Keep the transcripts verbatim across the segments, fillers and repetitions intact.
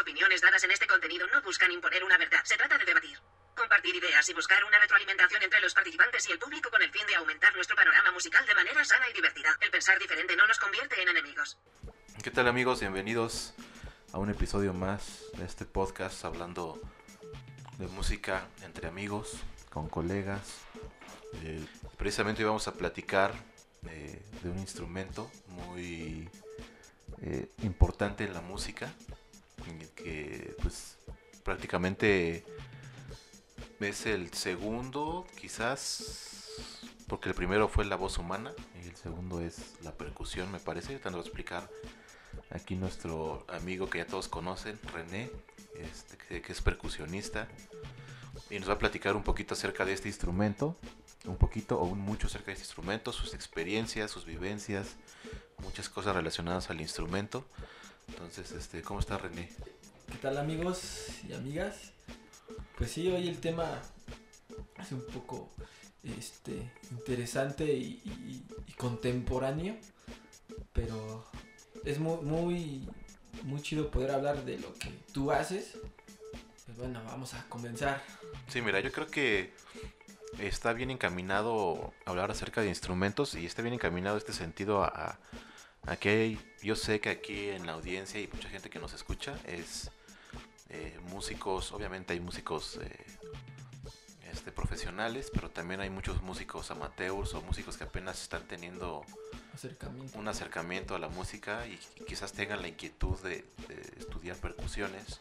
opiniones dadas en este contenido no buscan imponer una verdad, se trata de debatir, compartir ideas y buscar una retroalimentación entre los participantes y el público con el fin de aumentar nuestro panorama musical de manera sana y divertida. El pensar diferente no nos convierte en enemigos. ¿Qué tal, amigos? Bienvenidos a un episodio más de este podcast hablando de música entre amigos, con colegas. Eh, precisamente hoy vamos a platicar eh, de un instrumento muy eh, importante en la música, que pues prácticamente es el segundo, quizás, porque el primero fue la voz humana y el segundo es la percusión, me parece. Ahorita nos va a explicar aquí nuestro amigo que ya todos conocen, René, este, que, que es percusionista, y nos va a platicar un poquito acerca de este instrumento, un poquito o un mucho acerca de este instrumento, sus experiencias, sus vivencias, muchas cosas relacionadas al instrumento. Entonces, este, ¿cómo está, René? ¿Qué tal, amigos y amigas? Pues sí, hoy el tema es un poco este, interesante y, y, y contemporáneo, pero es muy, muy, muy chido poder hablar de lo que tú haces. Pues bueno, vamos a comenzar. Sí, mira, yo creo que está bien encaminado hablar acerca de instrumentos y está bien encaminado este sentido a, a que yo sé que aquí en la audiencia y mucha gente que nos escucha es eh, músicos. Obviamente hay músicos eh, este, profesionales, pero también hay muchos músicos amateurs o músicos que apenas están teniendo acercamiento. un acercamiento a la música y, y quizás tengan la inquietud de, de estudiar percusiones.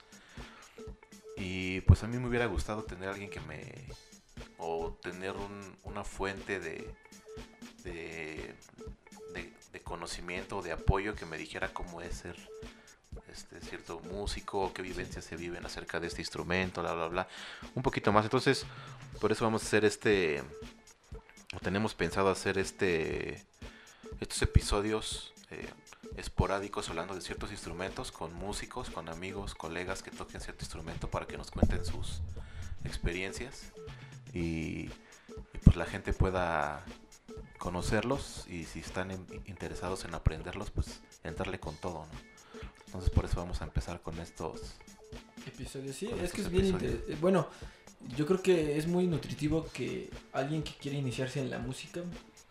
Y pues a mí me hubiera gustado tener a alguien que me... o tener un, una fuente de, de, de, de conocimiento o de apoyo que me dijera cómo es ser este cierto músico, qué vivencias se viven acerca de este instrumento, bla, bla, bla. Un poquito más. Entonces, por eso vamos a hacer este... o tenemos pensado hacer este... estos episodios eh, esporádicos hablando de ciertos instrumentos con músicos, con amigos, colegas que toquen cierto instrumento para que nos cuenten sus experiencias y, y pues la gente pueda conocerlos y si están en, interesados en aprenderlos, pues entrarle con todo, ¿no? Entonces por eso vamos a empezar con estos episodios. Sí, con es que estos es bien episodios. inter... bueno, yo creo que es muy nutritivo que alguien que quiere iniciarse en la música,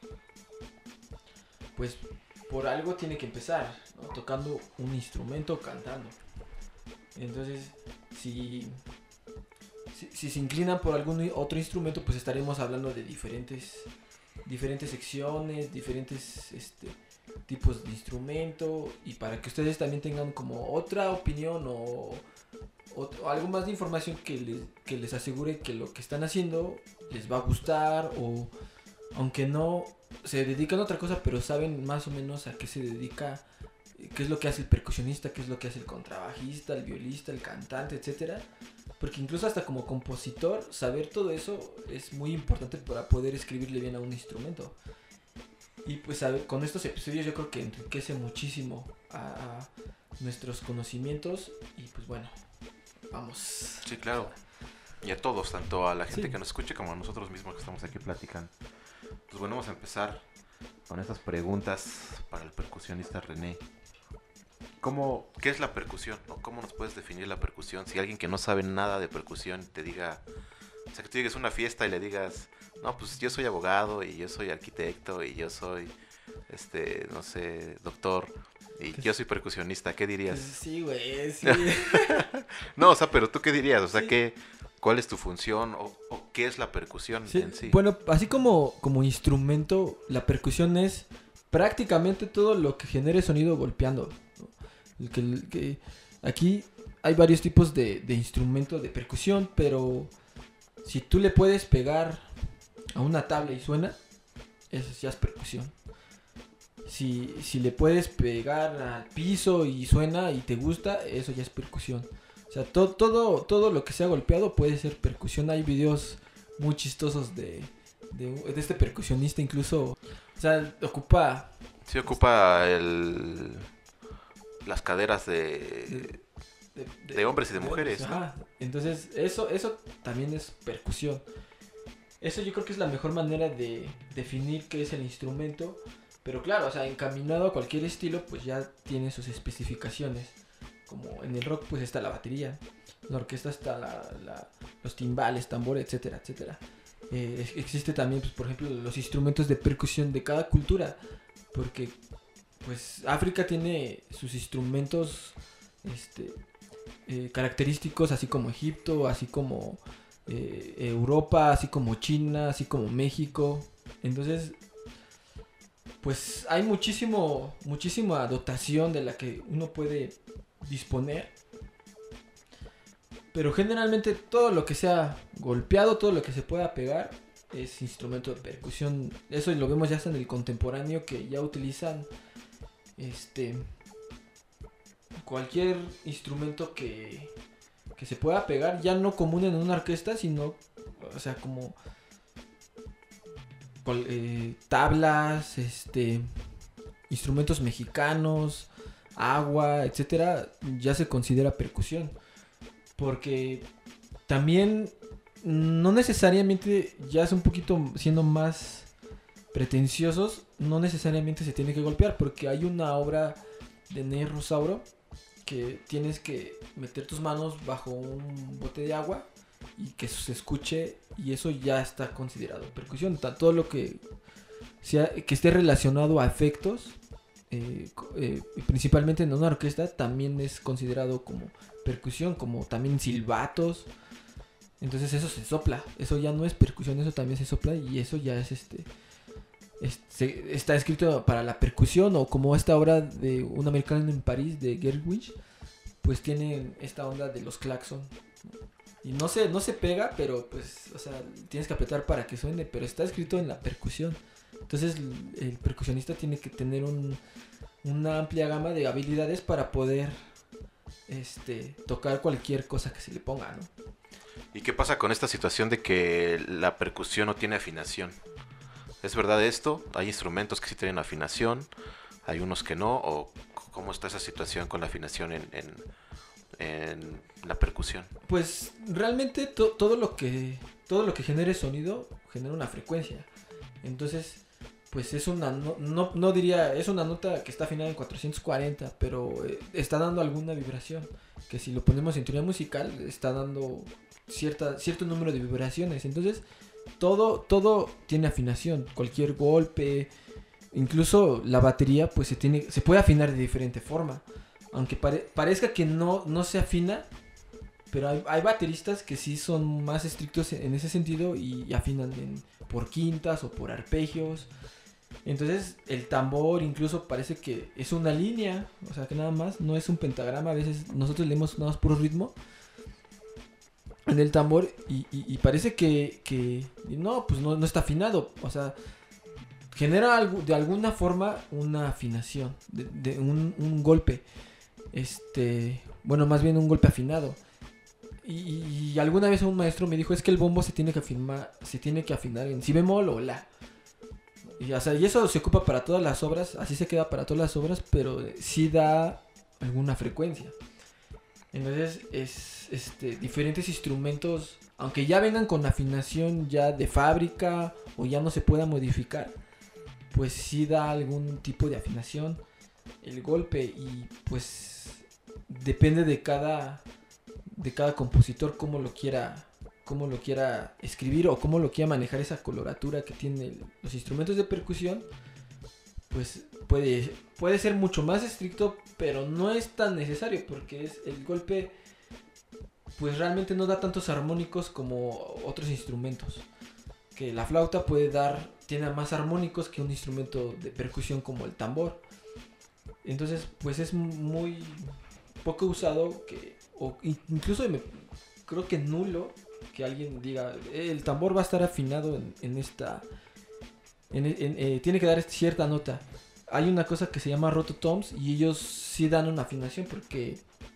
pues por algo tiene que empezar, ¿no? Tocando un instrumento, cantando. Entonces, si, si, si se inclinan por algún otro instrumento, pues estaremos hablando de diferentes, diferentes secciones, diferentes este, tipos de instrumento, y para que ustedes también tengan como otra opinión o, o, o algo más de información que les, que les asegure que lo que están haciendo les va a gustar, o aunque no se dedican a otra cosa, pero saben más o menos a qué se dedica, qué es lo que hace el percusionista, qué es lo que hace el contrabajista, el violista, el cantante, etcétera. Porque incluso hasta como compositor, saber todo eso es muy importante para poder escribirle bien a un instrumento. Y pues a ver, con estos episodios yo creo que enriquece muchísimo a, a nuestros conocimientos. Y pues bueno, vamos. Sí, claro. Y a todos, tanto a la gente Sí. que nos escuche como a nosotros mismos que estamos aquí platicando. Pues bueno, vamos a empezar con estas preguntas para el percusionista René. ¿Cómo, ¿Qué es la percusión? ¿O cómo nos puedes definir la percusión? Si alguien que no sabe nada de percusión te diga, o sea, que tú llegues a una fiesta y le digas, no, pues yo soy abogado y yo soy arquitecto y yo soy, este, no sé, doctor y Pues, yo soy percusionista, ¿qué dirías? Pues sí, güey, sí. No, o sea, pero tú qué dirías, o sea, Sí. ¿qué, ¿cuál es tu función o, o qué es la percusión Sí, en sí? bueno, así como, como instrumento, la percusión es prácticamente todo lo que genere sonido golpeando, ¿no? El que, el que, aquí hay varios tipos de, de instrumento de percusión, pero si tú le puedes pegar a una tabla y suena, eso ya es percusión. Si, si le puedes pegar al piso y suena y te gusta, eso ya es percusión. O sea, to, todo, todo lo que sea golpeado puede ser percusión. Hay videos muy chistosos de, de, de este percusionista, incluso, o sea, ocupa... Sí ocupa el, las caderas de, de, de hombres y de mujeres, ¿no? Ajá. Entonces, eso, eso también es percusión. Eso yo creo que es la mejor manera de definir qué es el instrumento. Pero claro, o sea, encaminado a cualquier estilo, pues ya tiene sus especificaciones. como en el rock pues está la batería, en la orquesta está la, la, los timbales, tambores, etcétera, etcétera. Eh, existe también, pues, por ejemplo, los instrumentos de percusión de cada cultura, porque pues África tiene sus instrumentos este, eh, característicos, así como Egipto, así como eh, Europa, así como China, así como México. Entonces, pues hay muchísimo, muchísima dotación de la que uno puede disponer. Pero generalmente todo lo que sea golpeado, todo lo que se pueda pegar, es instrumento de percusión. Eso lo vemos ya hasta en el contemporáneo, que ya utilizan este cualquier instrumento que, que se pueda pegar, ya no común en una orquesta, sino, o sea, como eh, tablas, este instrumentos mexicanos, agua, etcétera, ya se considera percusión. Porque también no necesariamente, ya es un poquito siendo más pretenciosos, no necesariamente se tiene que golpear, porque hay una obra de Ney Rosauro que tienes que meter tus manos bajo un bote de agua y que se escuche, y eso ya está considerado percusión. Todo lo que sea, que esté relacionado a efectos, eh, eh, principalmente en una orquesta, también es considerado como percusión, como también silbatos. Entonces eso se sopla, eso ya no es percusión, eso también se sopla, y eso ya es este, es, se, está escrito para la percusión. O como esta obra de Un americano en París de Gershwin, pues tiene esta onda de los claxon, y no se, no se pega, pero pues, o sea, tienes que apretar para que suene, pero está escrito en la percusión. Entonces el, el percusionista tiene que tener un, una amplia gama de habilidades para poder este, tocar cualquier cosa que se le ponga, ¿no? ¿Y qué pasa con esta situación de que la percusión no tiene afinación? ¿Es verdad esto? ¿Hay instrumentos que sí tienen afinación? ¿Hay unos que no? ¿O cómo está esa situación con la afinación en, en, en la percusión? Pues realmente to- todo lo que todo lo que genere sonido genera una frecuencia. Entonces, pues es una no, no, no diría, es una nota que está afinada en cuatrocientos cuarenta, pero eh, está dando alguna vibración, que si lo ponemos en teoría musical está dando cierta cierto número de vibraciones. Entonces, todo todo tiene afinación, cualquier golpe, incluso la batería, pues se tiene se puede afinar de diferente forma. Aunque pare, parezca que no, no se afina, pero hay, hay bateristas que sí son más estrictos en ese sentido y, y afinan en, por quintas o por arpegios. Entonces el tambor incluso parece que es una línea, o sea que nada más, no es un pentagrama. A veces nosotros leemos nada más puro ritmo en el tambor y, y, y parece que, que no, pues no, no está afinado. O sea, genera algo, de alguna forma una afinación, de, de un, un golpe. Este, bueno, más bien un golpe afinado. Y, y alguna vez un maestro me dijo, es que el bombo se tiene que afinar, se tiene que afinar en si bemol o la. Y, o sea, y eso se ocupa para todas las obras, así se queda para todas las obras, pero sí da alguna frecuencia. Entonces, es este diferentes instrumentos, aunque ya vengan con afinación ya de fábrica o ya no se pueda modificar, pues sí da algún tipo de afinación el golpe. Y pues depende de cada de cada compositor cómo lo quiera cómo lo quiera escribir o cómo lo quiera manejar esa coloratura que tienen los instrumentos de percusión. Pues puede puede ser mucho más estricto, pero no es tan necesario, porque es el golpe pues realmente no da tantos armónicos como otros instrumentos. Que la flauta puede dar, tiene más armónicos que un instrumento de percusión como el tambor. Entonces, pues es muy poco usado, que, o incluso me, creo que nulo, que alguien diga, el tambor va a estar afinado en, en esta, en, en, eh, tiene que dar cierta nota. Hay una cosa que se llama rototoms y ellos sí dan una afinación, porque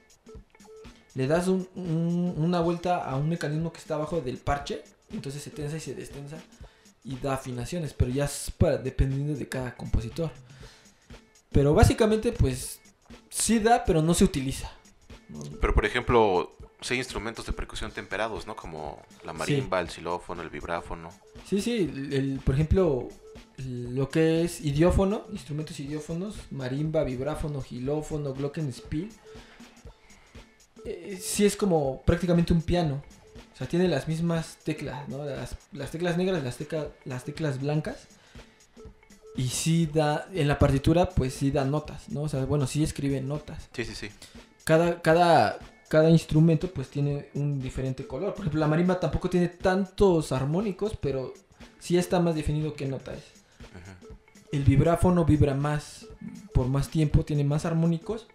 le das un, un, una vuelta a un mecanismo que está abajo del parche, entonces se tensa y se destensa y da afinaciones, pero ya es para, dependiendo de cada compositor. Pero básicamente pues sí da, pero no se utiliza, ¿no? Pero por ejemplo, sí hay instrumentos de percusión temperados, ¿no? Como la marimba, sí, el xilófono, el vibráfono. Sí, sí, el, el, por ejemplo, lo que es idiófono, instrumentos idiófonos, marimba, vibráfono, xilófono, glockenspiel, eh, sí es como prácticamente un piano. O sea, tiene las mismas teclas, ¿no? Las, las teclas negras, las, teca, las teclas blancas. Y sí da, en la partitura, pues sí da notas, ¿no? O sea, bueno, sí escribe notas. Sí, sí, sí. Cada, cada, cada instrumento, pues tiene un diferente color. Por ejemplo, la marimba tampoco tiene tantos armónicos, pero sí está más definido qué nota es. Uh-huh. El vibráfono vibra más, por más tiempo, tiene más armónicos.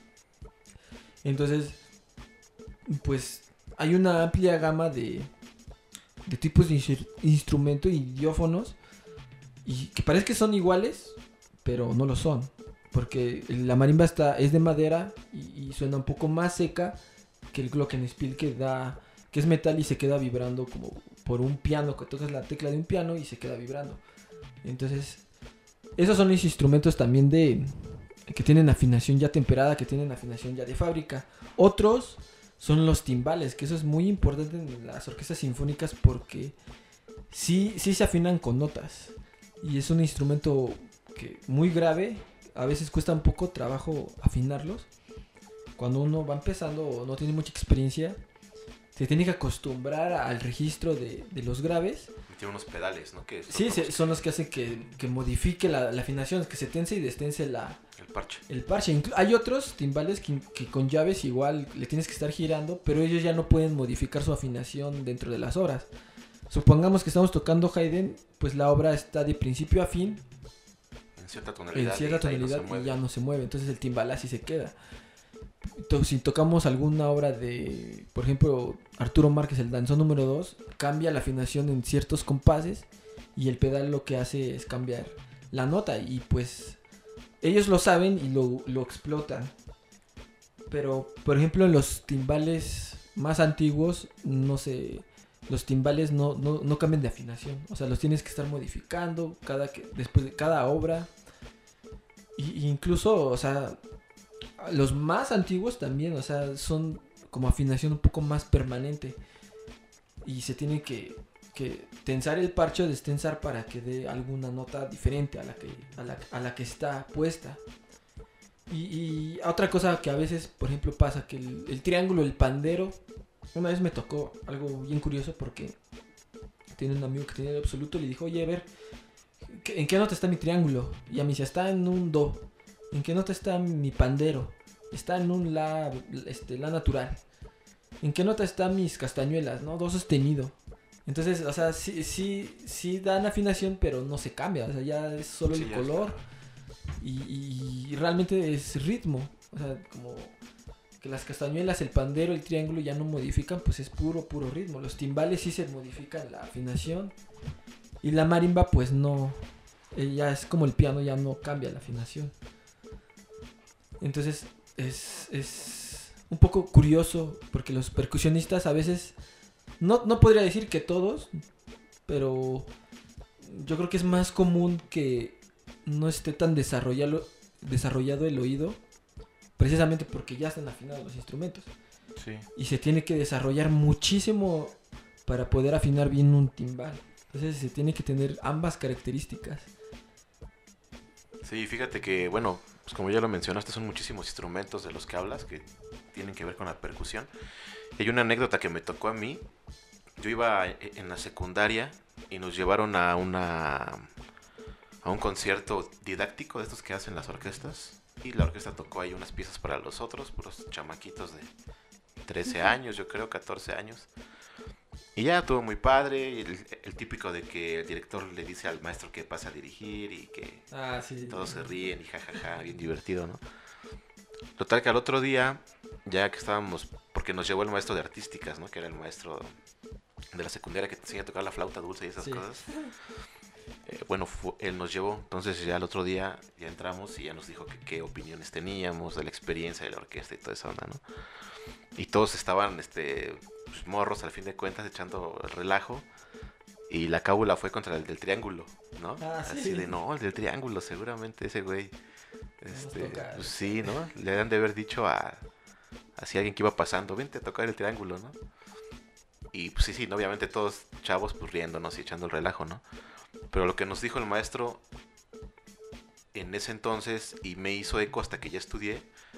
Entonces, pues hay una amplia gama de, de tipos de insir- instrumento y diófonos. Y que parece que son iguales, pero no lo son. Porque la marimba está, es de madera y, y suena un poco más seca que el glockenspiel que da, que es metal y se queda vibrando como por un piano, que tocas la tecla de un piano y se queda vibrando. Entonces, esos son los instrumentos también de que tienen afinación ya temperada, que tienen afinación ya de fábrica. Otros son los timbales, que eso es muy importante en las orquestas sinfónicas porque sí, sí se afinan con notas. Y es un instrumento que muy grave, a veces cuesta un poco trabajo afinarlos. Cuando uno va empezando o no tiene mucha experiencia, se tiene que acostumbrar al registro de, de los graves. Tiene unos pedales, ¿no? Que sí, se, son los que hacen que, que modifique la, la afinación, que se tense y destense la, el parche. El parche. Inclu- hay otros timbales que, que con llaves igual le tienes que estar girando, pero ellos ya no pueden modificar su afinación dentro de las obras. Supongamos que estamos tocando Haydn, pues la obra está de principio a fin en cierta tonalidad, en cierta y, tonalidad no y ya no se mueve, entonces el timbal así se queda. Entonces, si tocamos alguna obra de, por ejemplo, Arturo Márquez, el danzón número dos, cambia la afinación en ciertos compases y el pedal lo que hace es cambiar la nota y pues ellos lo saben y lo, lo explotan. Pero, por ejemplo, en los timbales más antiguos, no sé, los timbales no, no, no cambian de afinación. O sea, los tienes que estar modificando cada que, después de cada obra. Y, incluso, o sea, los más antiguos también, o sea, son como afinación un poco más permanente. Y se tiene que, que tensar el parche o destensar para que dé alguna nota diferente a la que, a la, a la que está puesta. Y, y otra cosa que a veces, por ejemplo, pasa, que el, el triángulo, el pandero, una vez me tocó algo bien curioso porque tiene un amigo que tenía el absoluto y le dijo, oye, a ver, ¿en qué nota está mi triángulo? Y a mí dice, está en un do. ¿En qué nota está mi pandero? Está en un la, este, la natural. ¿En qué nota están mis castañuelas? ¿No? Do sostenido. Entonces, o sea, sí, sí, sí dan afinación, pero no se cambia. O sea, ya es solo sí, el color. Y, y realmente es ritmo. O sea, como que las castañuelas, el pandero, el triángulo ya no modifican, pues es puro, puro ritmo. Los timbales sí se modifican la afinación. Y la marimba, pues no. Ya es como el piano, ya no cambia la afinación. Entonces, es, es un poco curioso porque los percusionistas a veces, no, no podría decir que todos, pero yo creo que es más común que no esté tan desarrollado, desarrollado el oído, precisamente porque ya están afinados los instrumentos. Sí. Y se tiene que desarrollar muchísimo para poder afinar bien un timbal. Entonces se tiene que tener ambas características. Sí, fíjate que, bueno, pues como ya lo mencionaste, son muchísimos instrumentos de los que hablas que tienen que ver con la percusión. Y hay una anécdota que me tocó a mí. Yo iba en la secundaria y nos llevaron a una a un concierto didáctico de estos que hacen las orquestas. Y la orquesta tocó ahí unas piezas para los otros, puros chamaquitos de trece años, yo creo, catorce años. Y ya estuvo muy padre, el, el típico de que el director le dice al maestro que pasa a dirigir y que ah, sí, todos sí. se ríen y jajaja, bien divertido, ¿no? Total que al otro día, ya que estábamos, porque nos llevó el maestro de artísticas, ¿no? Que era el maestro de la secundaria que te enseña a tocar la flauta dulce y esas sí. cosas. Eh, bueno, fue, él nos llevó, entonces ya el otro día ya entramos y ya nos dijo que qué opiniones teníamos de la experiencia de la orquesta y toda esa onda, ¿no? Y todos estaban, este, pues, morros al fin de cuentas echando el relajo y la cábula fue contra el del triángulo, ¿no? Ah, ¿sí? Así de, no, el del triángulo, seguramente ese güey, este, pues sí, ¿no? Le han de haber dicho a, así a alguien que iba pasando, vente a tocar el triángulo, ¿no? Y pues sí, sí, ¿no? Obviamente todos chavos pues riéndonos y echando el relajo, ¿no? Pero lo que nos dijo el maestro en ese entonces, y me hizo eco hasta que ya estudié,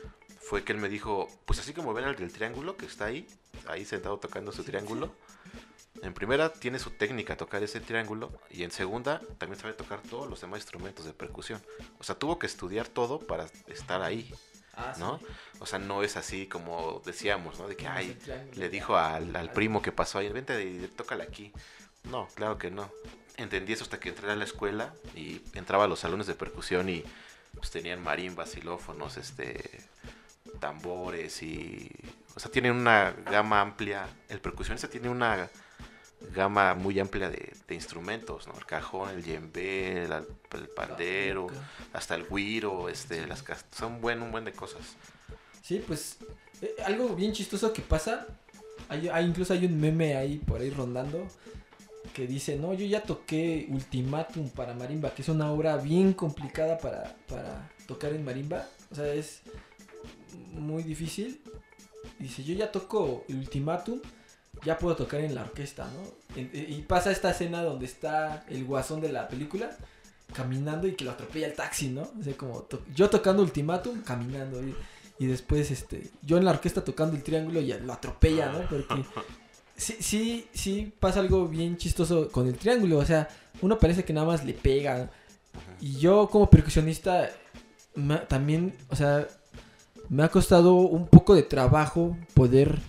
fue que él me dijo, pues así como ven el del triángulo que está ahí, ahí sentado tocando su triángulo. En primera tiene su técnica tocar ese triángulo y en segunda también sabe tocar todos los demás instrumentos de percusión. O sea, tuvo que estudiar todo para estar ahí, Ah, ¿no? sí. O sea, no es así como decíamos, ¿no? De que, No, es ay, el triángulo. le dijo al, al primo que pasó ahí, vente y tócale aquí. No, claro que no. Entendí eso hasta que entré a la escuela y entraba a los salones de percusión y pues tenían marimbas, xilófonos, este, tambores y... O sea, tienen una gama amplia, el percusionista tiene una gama muy amplia de, de instrumentos, ¿no? El cajón, el djembe, el, el pandero, hasta el güiro, este, las son buen, un buen de cosas. Sí, pues eh, algo bien chistoso que pasa, hay, hay incluso hay un meme ahí por ahí rondando que dice, no, yo ya toqué Ultimátum para marimba, que es una obra bien complicada para, para tocar en marimba, o sea, es muy difícil. Dice, yo ya toco el Ultimátum, ya puedo tocar en la orquesta, ¿no? Y pasa esta escena donde está el guasón de la película caminando y que lo atropella el taxi, ¿no? O sea, como to- yo tocando Ultimátum, caminando. Y, y después, este, yo en la orquesta tocando el triángulo y lo atropella, ¿no? Porque sí, sí, sí pasa algo bien chistoso con el triángulo. O sea, uno parece que nada más le pega. Y yo como percusionista me, también, o sea, me ha costado un poco de trabajo poder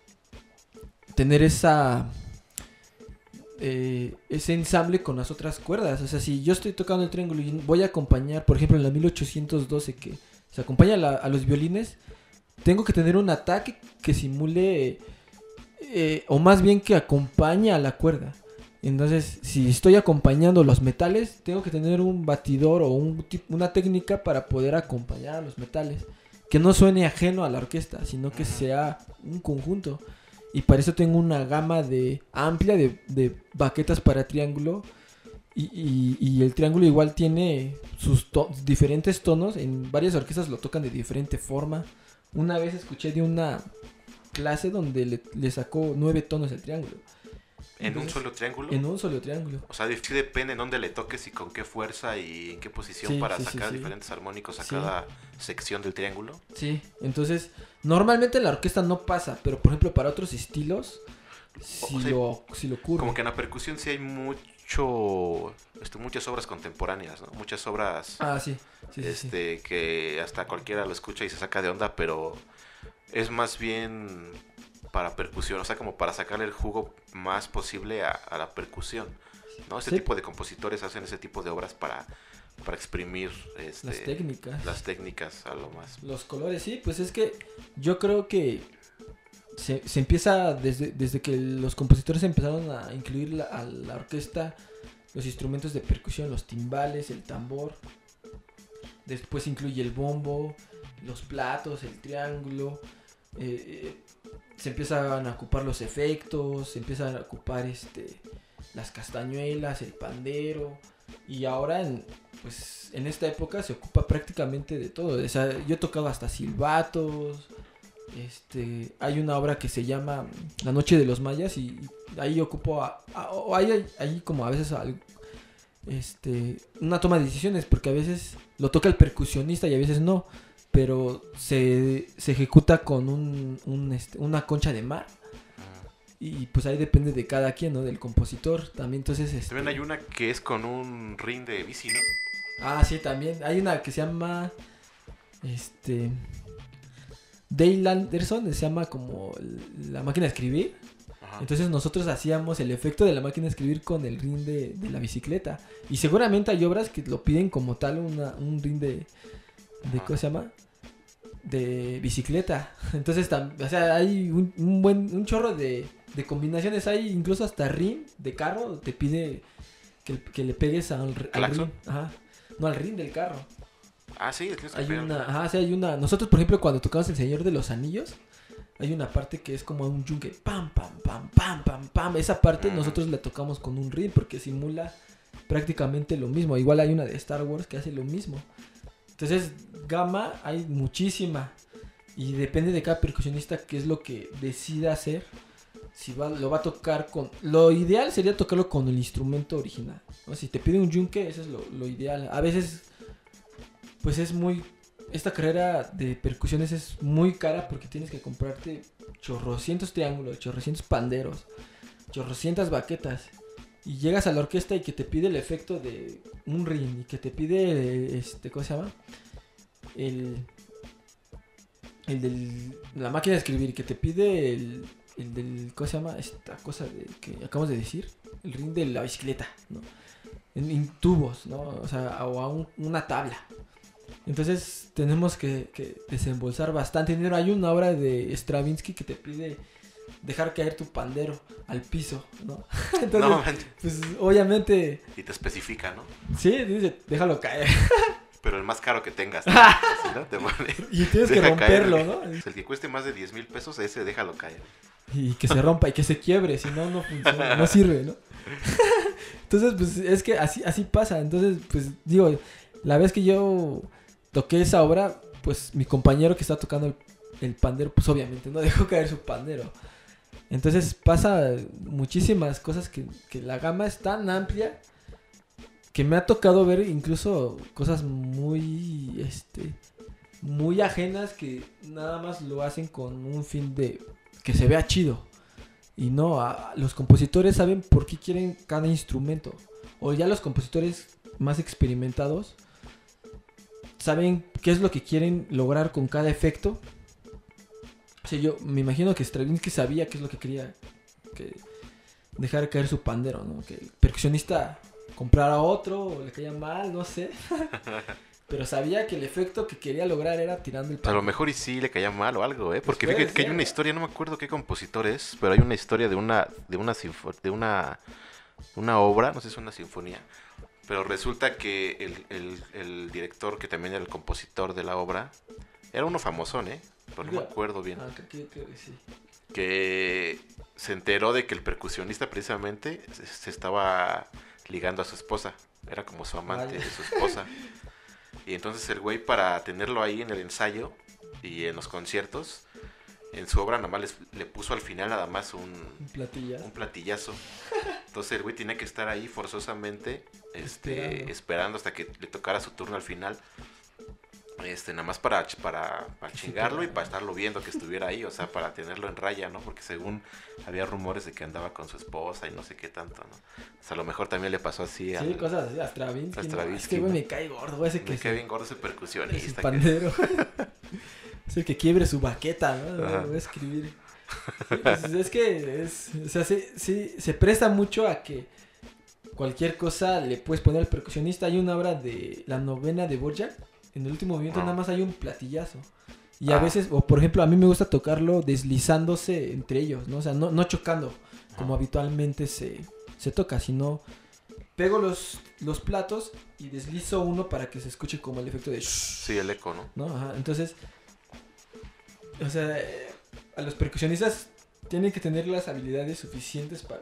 tener esa eh, ese ensamble con las otras cuerdas. O sea, si yo estoy tocando el triángulo y voy a acompañar, por ejemplo, en la mil ochocientos doce que se acompaña a, la, a los violines, tengo que tener un ataque que simule eh, o más bien que acompañe a la cuerda. Entonces, si estoy acompañando los metales, tengo que tener un batidor o un, una técnica para poder acompañar a los metales. Que no suene ajeno a la orquesta, sino que sea un conjunto. Y para eso tengo una gama de amplia de, de baquetas para triángulo. Y, y, y el triángulo igual tiene sus to- diferentes tonos. En varias orquestas lo tocan de diferente forma. Una vez escuché de una clase donde le, le sacó nueve tonos el triángulo. ¿En Entonces, un solo triángulo? En un solo triángulo. O sea, sí depende en dónde le toques y con qué fuerza y en qué posición Sí, para sí, sí, sacar sí. diferentes armónicos a Sí. cada sección del triángulo. Sí, entonces normalmente en la orquesta no pasa, pero por ejemplo para otros estilos sí, O sea, lo, sí lo ocurre. Como que en la percusión sí hay mucho, este, muchas obras contemporáneas, ¿no? Muchas obras Ah, sí, sí, sí, sí. este, que hasta cualquiera lo escucha y se saca de onda, pero es más bien para percusión, o sea, como para sacarle el jugo más posible a, a la percusión, ¿no? Ese Sí. tipo de compositores hacen ese tipo de obras para, para exprimir este, Las técnicas. las técnicas a lo más. Los colores, sí, pues es que yo creo que se, se empieza desde, desde que los compositores empezaron a incluir la, a la orquesta los instrumentos de percusión, los timbales, el tambor. Después incluye el bombo, los platos, el triángulo. Eh, eh, se empiezan a ocupar los efectos, se empiezan a ocupar este, las castañuelas, el pandero. Y ahora en, pues, en esta época se ocupa prácticamente de todo. O sea, yo he tocado hasta silbatos. Este, hay una obra que se llama La Noche de los Mayas y ahí ocupo a, a, o hay ahí como a veces algo, este, una toma de decisiones porque a veces lo toca el percusionista y a veces no, pero se, se ejecuta con un, un este, una concha de mar y pues ahí depende de cada quien, ¿no? Del compositor también. Entonces este... También hay una que es con un ring de bici, ¿no? Ah, sí, también hay una que se llama este Dale Anderson, se llama como la máquina de escribir. Ajá. Entonces nosotros hacíamos el efecto de la máquina de escribir con el ring de, de la bicicleta. Y seguramente hay obras que lo piden como tal, una, un ring de, de ¿cómo se llama? De bicicleta. Entonces, tam, o sea, hay un, un buen un chorro de, de combinaciones. Hay incluso hasta ring de carro, te pide que, que le pegues al, al ¿Claxon? ring. Ajá. No, al ring del carro. Ah, sí, tienes que Hay pegar. una, ajá, sí, hay una. Nosotros, por ejemplo, cuando tocamos El Señor de los Anillos, hay una parte que es como un yunque, pam, pam, pam, pam, pam, pam. Esa parte Mm. nosotros la tocamos con un ring porque simula prácticamente lo mismo. Igual hay una de Star Wars que hace lo mismo. Entonces, gama hay muchísima y depende de cada percusionista qué es lo que decida hacer. Si va, lo va a tocar con... Lo ideal sería tocarlo con el instrumento original, ¿no? Si te pide un yunque, eso es lo, lo ideal. A veces, pues es muy esta carrera de percusiones es muy cara porque tienes que comprarte chorrocientos triángulos, chorrocientos panderos, chorrocientas baquetas. Y llegas a la orquesta y que te pide el efecto de un ring y que te pide, este, ¿cómo se llama? El, el de la máquina de escribir, que te pide el, el del, ¿cómo se llama? Esta cosa de, que acabamos de decir, el ring de la bicicleta, ¿no? En, en tubos, ¿no? O sea, o a un, una tabla. Entonces tenemos que, que desembolsar bastante dinero. Hay una obra de Stravinsky que te pide dejar caer tu pandero al piso, ¿no? Entonces, No, pues obviamente... y te especifica, ¿no? Sí, dice, déjalo caer. Pero el más caro que tengas, ¿no? Así, ¿no? Te pone, Y tienes que deja romperlo, caer. ¿no? El que cueste más de diez mil pesos, ese déjalo caer. Y que se rompa y que se quiebre, si no, no funciona, no sirve, ¿no? Entonces, pues es que así, así pasa. Entonces, pues digo, la vez que yo toqué esa obra, pues mi compañero que está tocando el, el pandero, pues obviamente no dejó caer su pandero. Entonces pasa muchísimas cosas que, que la gama es tan amplia que me ha tocado ver incluso cosas muy, este, muy ajenas que nada más lo hacen con un fin de que se vea chido. Y no, a, los compositores saben por qué quieren cada instrumento. O ya los compositores más experimentados saben qué es lo que quieren lograr con cada efecto. O sea, yo me imagino que Stravinsky sabía qué es lo que quería, que dejar caer su pandero, ¿no? Que el percusionista comprara otro o le caía mal, no sé. Pero sabía que el efecto que quería lograr era tirando el A pandero. lo mejor y sí le caía mal o algo, ¿eh? Porque Pues fíjate que hay ser, una ¿no? historia, no me acuerdo qué compositor es, pero hay una historia de una de una sinfo- de una una obra, no sé si es una sinfonía, pero resulta que el, el, el director, que también era el compositor de la obra, era uno famosón, ¿eh? Pero no me acuerdo bien. Ah, creo que, creo que sí. Que se enteró de que el percusionista precisamente se, se estaba ligando a su esposa. Era como su amante Vaya. de su esposa. Y entonces el güey, para tenerlo ahí en el ensayo y en los conciertos, en su obra nomás les- le puso al final nada más un, Un platillas. un platillazo. Entonces el güey tenía que estar ahí forzosamente este, Esperando. esperando hasta que le tocara su turno al final. Este, nada más para, para, para Que chingarlo y supiera. para estarlo viendo que estuviera ahí, o sea, para tenerlo en raya, ¿no? Porque según había rumores de que andaba con su esposa y no sé qué tanto, ¿no? O sea, a lo mejor también le pasó así a... Sí, cosas así, a Stravinsky. a ¿no? Stravinsky, Es que, güey, ¿no? me cae gordo, ese que Me se- cae bien gordo ese es percusionista. un que- pandero. Es el que quiebre su baqueta, ¿no? Ajá. Voy a escribir. Sí, pues, es que es, o sea, sí, sí, se presta mucho a que cualquier cosa le puedes poner al percusionista. Hay una obra de la novena de Borjak. En el último movimiento Ah. nada más hay un platillazo. Y a Ah. veces, o por ejemplo, a mí me gusta tocarlo deslizándose entre ellos, ¿no? O sea, no, no chocando como Ah. habitualmente se, se toca, sino pego los, los platos y deslizo uno para que se escuche como el efecto de... Sí, el eco, ¿no? ¿no? Ajá, entonces, o sea, eh, a los percusionistas tienen que tener las habilidades suficientes para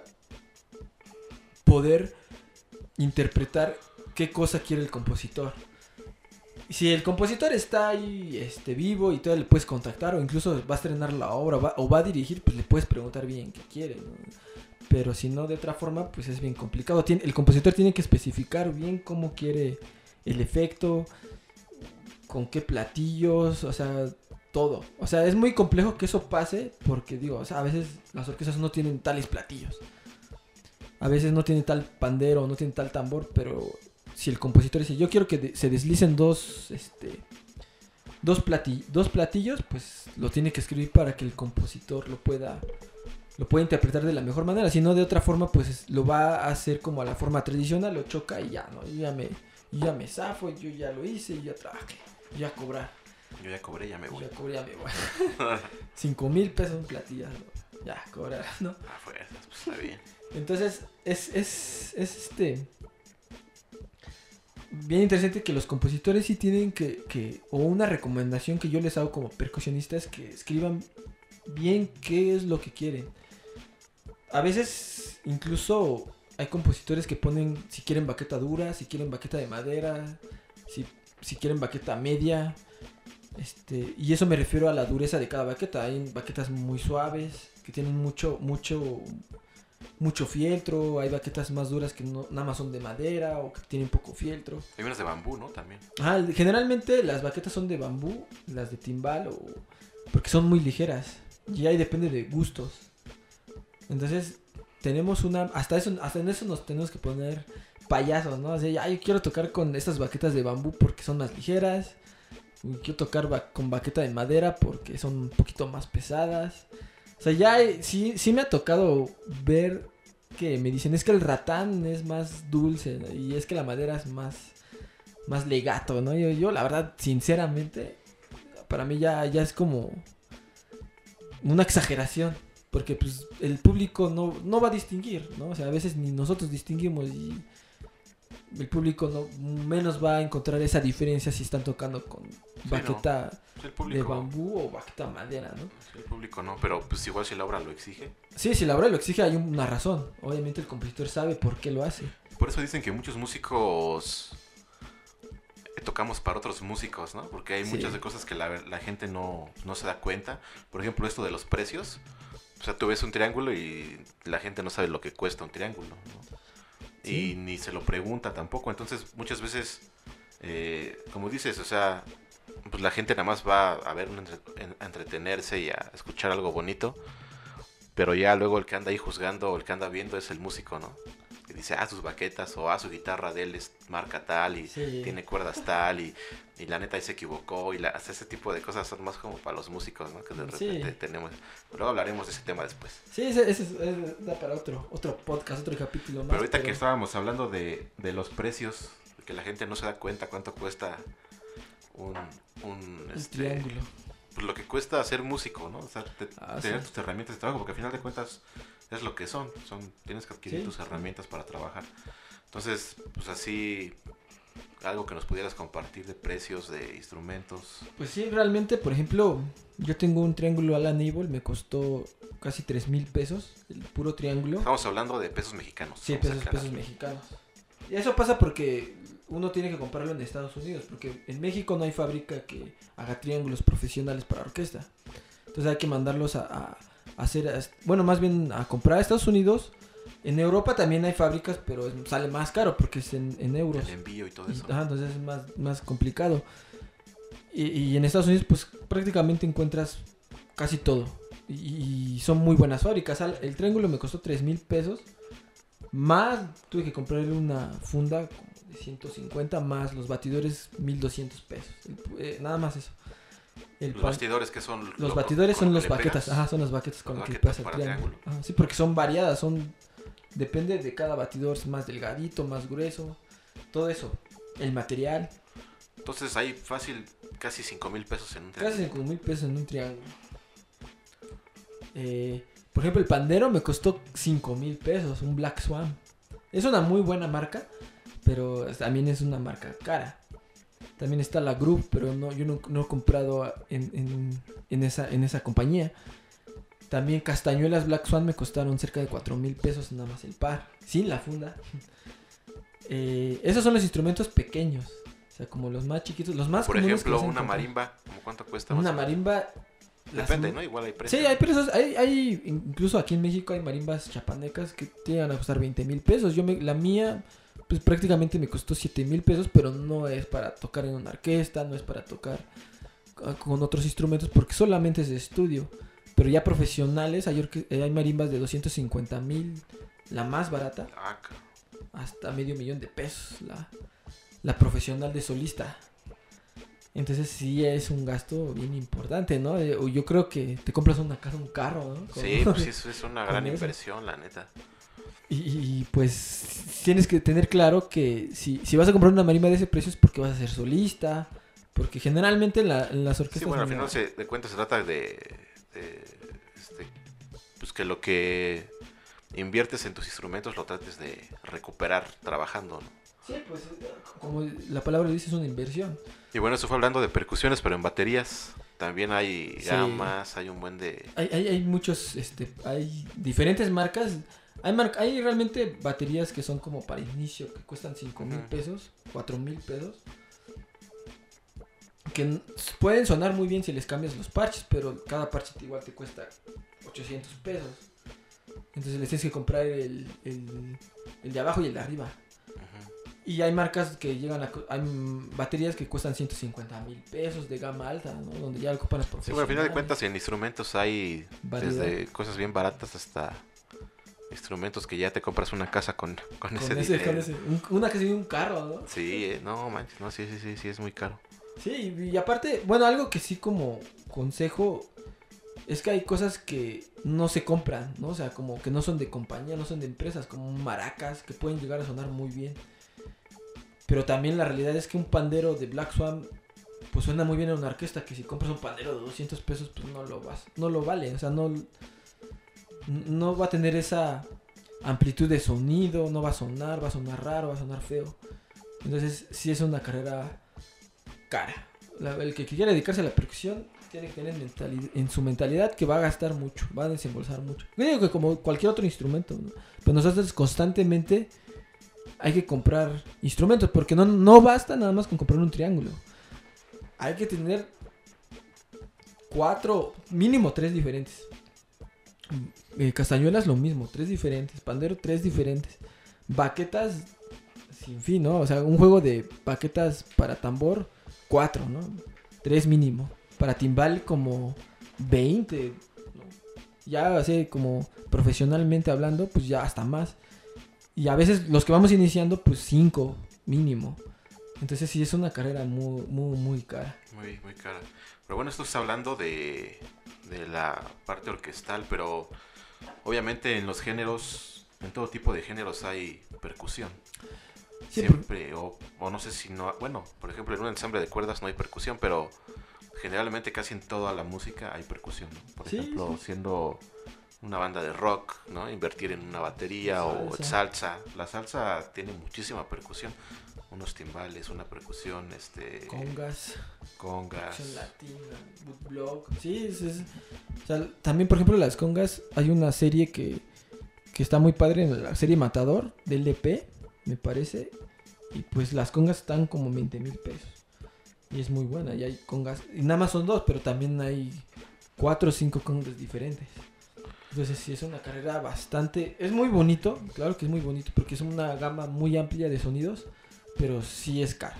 poder interpretar qué cosa quiere el compositor. Si el compositor está ahí este, vivo y todavía le puedes contactar o incluso va a estrenar la obra va, o va a dirigir, pues le puedes preguntar bien qué quiere, ¿no? Pero si no, de otra forma, pues es bien complicado. Tiene, el compositor tiene que especificar bien cómo quiere el efecto, con qué platillos, o sea, todo. O sea, es muy complejo que eso pase porque, digo, o sea, a veces las orquestas no tienen tales platillos. A veces no tienen tal pandero, no tienen tal tambor, pero si el compositor dice, yo quiero que de- se deslicen dos, este, dos, plati- dos platillos, pues lo tiene que escribir para que el compositor lo pueda, lo pueda interpretar de la mejor manera. Si no, de otra forma, pues es- lo va a hacer como a la forma tradicional, lo choca y ya, ¿no? Yo ya me, yo ya me zafo, yo ya lo hice, yo ya trabajé, yo ya cobrar. Yo ya cobré, ya me Yo voy. ya cobré, ya me voy. Cinco mil pesos un platillo, ¿no? Ya, cobrar, ¿no? A fuerzas, pues está bien. Entonces, es, es, es este... bien interesante que los compositores sí tienen que, que... o una recomendación que yo les hago como percusionista es que escriban bien qué es lo que quieren. A veces, incluso, hay compositores que ponen si quieren baqueta dura, si quieren baqueta de madera, si, si quieren baqueta media... Este, y eso me refiero a la dureza de cada baqueta. Hay baquetas muy suaves que tienen mucho, mucho, mucho fieltro, hay baquetas más duras que no, nada más son de madera o que tienen poco fieltro. Hay unas de bambú, ¿no? También. Ah, generalmente las baquetas son de bambú, las de timbal, o porque son muy ligeras. Y ahí depende de gustos. Entonces, tenemos una... Hasta eso, hasta en eso nos tenemos que poner payasos, ¿no? O sea, ya yo quiero tocar con estas baquetas de bambú porque son más ligeras. Quiero tocar ba- con baqueta de madera porque son un poquito más pesadas. O sea, ya hay- sí, sí me ha tocado ver que me dicen, es que el ratán es más dulce, ¿no? Y es que la madera es más, más legato, ¿no? Yo, yo la verdad, sinceramente, para mí ya, ya es como una exageración. Porque pues el público no, no va a distinguir, ¿no? O sea, a veces ni nosotros distinguimos y el público no menos va a encontrar esa diferencia si están tocando con Sí, baqueta no. Sí, el de público, bambú o baqueta madera, ¿no? sí, el público no, pero pues igual si la obra lo exige. Sí, si la obra lo exige hay una razón. Obviamente el compositor sabe por qué lo hace. Por eso dicen que muchos músicos eh, tocamos para otros músicos, ¿no? Porque hay Sí. muchas de cosas que la, la gente no, no se da cuenta. Por ejemplo, esto de los precios. O sea, tú ves un triángulo y la gente no sabe lo que cuesta un triángulo, ¿no? Sí. Y ni se lo pregunta tampoco. Entonces, muchas veces, eh, como dices, o sea, pues la gente nada más va a ver, un entre- en- a entretenerse y a escuchar algo bonito. Pero ya luego el que anda ahí juzgando o el que anda viendo es el músico, ¿no? Que dice, ah, sus baquetas o ah, su guitarra de él es marca tal y Sí. tiene cuerdas tal y, y la neta ahí se equivocó y la, hasta ese tipo de cosas son más como para los músicos, ¿no? Que de Sí. repente tenemos. Luego hablaremos de ese tema después. Sí, ese, ese es, es- da para otro, otro podcast, otro capítulo más. Pero ahorita que estábamos hablando de, de los precios, que la gente no se da cuenta cuánto cuesta un, un, Un este, triángulo. pues lo que cuesta ser músico, ¿no? O sea, te- Ah, tener sí. tus herramientas de trabajo, porque al final de cuentas es lo que son, son tienes que adquirir Sí. tus herramientas para trabajar. Entonces, pues así, algo que nos pudieras compartir de precios, de instrumentos. Pues sí, realmente, por ejemplo, yo tengo un triángulo Alan Evil, me costó casi tres mil pesos, el puro triángulo. Estamos hablando de pesos mexicanos. Sí, vamos a pesos, aclarar. pesos mexicanos. Y eso pasa porque uno tiene que comprarlo en Estados Unidos, porque en México no hay fábrica que haga triángulos profesionales para orquesta. Entonces hay que mandarlos a, a- a hacer, a- bueno, más bien a comprar a Estados Unidos. En Europa también hay fábricas, pero es- sale más caro porque es en, en euros. El envío y todo Y- eso. ajá, entonces es más, más complicado. Y, y en Estados Unidos pues prácticamente encuentras casi todo. Y, y son muy buenas fábricas. Al- El triángulo me costó tres mil pesos. Más tuve que comprarle una funda como de ciento cincuenta, más los batidores mil doscientos pesos. El- eh, nada más eso. El Los pan- bastidores que son... los lo- batidores con son lo los que le baquetas. pegas. Ajá, son las baquetas con las que Baquetas pasa el para triángulo. triángulo. Ajá, sí, porque son variadas, son depende de cada batidor, es más delgadito, más grueso, todo eso. El material, Entonces hay fácil casi cinco mil pesos en un casi triángulo. cinco mil pesos en un triángulo. Eh, por ejemplo, el pandero me costó cinco mil pesos, un Black Swan. Es una muy buena marca, pero también es una marca cara. También está la Groove, pero no, yo no, no he comprado en, en, en, esa, en esa compañía. También castañuelas Black Swan me costaron cerca de cuatro mil pesos nada más el par, sin la funda. Eh, esos son los instrumentos pequeños, o sea, como los más chiquitos, los más Por comunes que ejemplo, vas a una encontrar. marimba, ¿cómo cuánto cuesta? Una más o menos? marimba. las Depende, mu- ¿no? Igual hay precios. Sí, hay precios, hay, hay, incluso aquí en México hay marimbas chapanecas que llegan a costar veinte mil pesos. Yo me, la mía, pues prácticamente me costó siete mil pesos, pero no es para tocar en una orquesta, no es para tocar ah, con otros instrumentos, porque solamente es de estudio. Pero ya profesionales, hay, orque- eh, hay marimbas de doscientos cincuenta mil, la más barata, Ah, ca- hasta medio millón de pesos, la, la profesional de solista. Entonces sí es un gasto bien importante, ¿no? Eh, o yo creo que te compras una casa, un carro, ¿no? Con- Sí, pues sí, eso es una gran con eso. inversión, la neta. Y, y, pues tienes que tener claro que si, si vas a comprar una marimba de ese precio es porque vas a ser solista, porque generalmente en, la- en las orquestas... Sí, bueno, al no- final se, de cuentas se trata de, de, este, pues que lo que inviertes en tus instrumentos lo trates de recuperar trabajando, ¿no? Sí, pues como la palabra dice, es una inversión. Y bueno, eso fue hablando de percusiones, pero en baterías también hay Sí. gamas, hay un buen de... Hay, hay, hay muchos, este, hay diferentes marcas. Hay, mar- hay realmente baterías que son como para inicio, que cuestan cinco mil Ujú. pesos, cuatro mil pesos. Que n- pueden sonar muy bien si les cambias los parches, pero cada parche igual te cuesta ochocientos pesos. Entonces les tienes que comprar el, el, el de abajo y el de arriba. Ujú. Y hay marcas que llegan a... Hay baterías que cuestan ciento cincuenta mil pesos de gama alta, ¿no? Donde ya ocupan las Sí, profesionales. bueno, al final de cuentas en instrumentos hay Variedad. desde cosas bien baratas hasta instrumentos que ya te compras una casa con, con, Con ese, ese, dinero. con ese, un- una que se un carro, ¿no? Sí, eh, no manches, no, sí, sí, sí, sí, es muy caro. Sí, y aparte, bueno, algo que sí como consejo es que hay cosas que no se compran, ¿no? O sea, como que no son de compañía, no son de empresas, como maracas que pueden llegar a sonar muy bien. Pero también la realidad es que un pandero de Black Swan pues suena muy bien en una orquesta, que si compras un pandero de doscientos pesos pues no lo vas, no lo vale, o sea, no no va a tener esa amplitud de sonido, no va a sonar, va a sonar raro, va a sonar feo. Entonces, sí es una carrera cara. La- el que quiera dedicarse a la percusión tiene que tener mentali- en su mentalidad que va a gastar mucho, va a desembolsar mucho. Yo digo que como cualquier otro instrumento, ¿no? Pero nosotros constantemente hay que comprar instrumentos, porque no, no basta nada más con comprar un triángulo. Hay que tener cuatro, mínimo tres diferentes. Eh, castañuelas lo mismo, tres diferentes. Pandero, tres diferentes. Baquetas sin fin, ¿no? O sea, un juego de baquetas para tambor, cuatro, ¿no? Tres mínimo. Para timbal como veinte, ¿no? Ya así como profesionalmente hablando, pues ya hasta más. Y a veces los que vamos iniciando, pues cinco mínimo. Entonces sí es una carrera muy, muy, muy cara. Muy, muy cara. Pero bueno, esto está hablando de, de la parte orquestal, pero obviamente en los géneros, en todo tipo de géneros hay percusión. Sí, Siempre, o, o no sé si no, bueno, por ejemplo en un ensamble de cuerdas no hay percusión, pero generalmente casi en toda la música hay percusión, ¿no? Por Sí, ejemplo, sí. siendo una banda de rock, ¿no? Invertir en una batería o en salsa. La salsa tiene muchísima percusión. Unos timbales, una percusión, este... Congas. Congas. Percusión latina, woodblock. Sí, es, es- o sea, también, por ejemplo, las congas. Hay una serie que, que está muy padre, en la serie Matador, de L P, me parece. Y pues las congas están como veinte mil pesos. Y es muy buena. Y hay congas. Y nada más son dos, pero también hay cuatro o cinco congas diferentes. Entonces sí es una carrera bastante... Es muy bonito, claro que es muy bonito, porque es una gama muy amplia de sonidos. Pero sí es caro.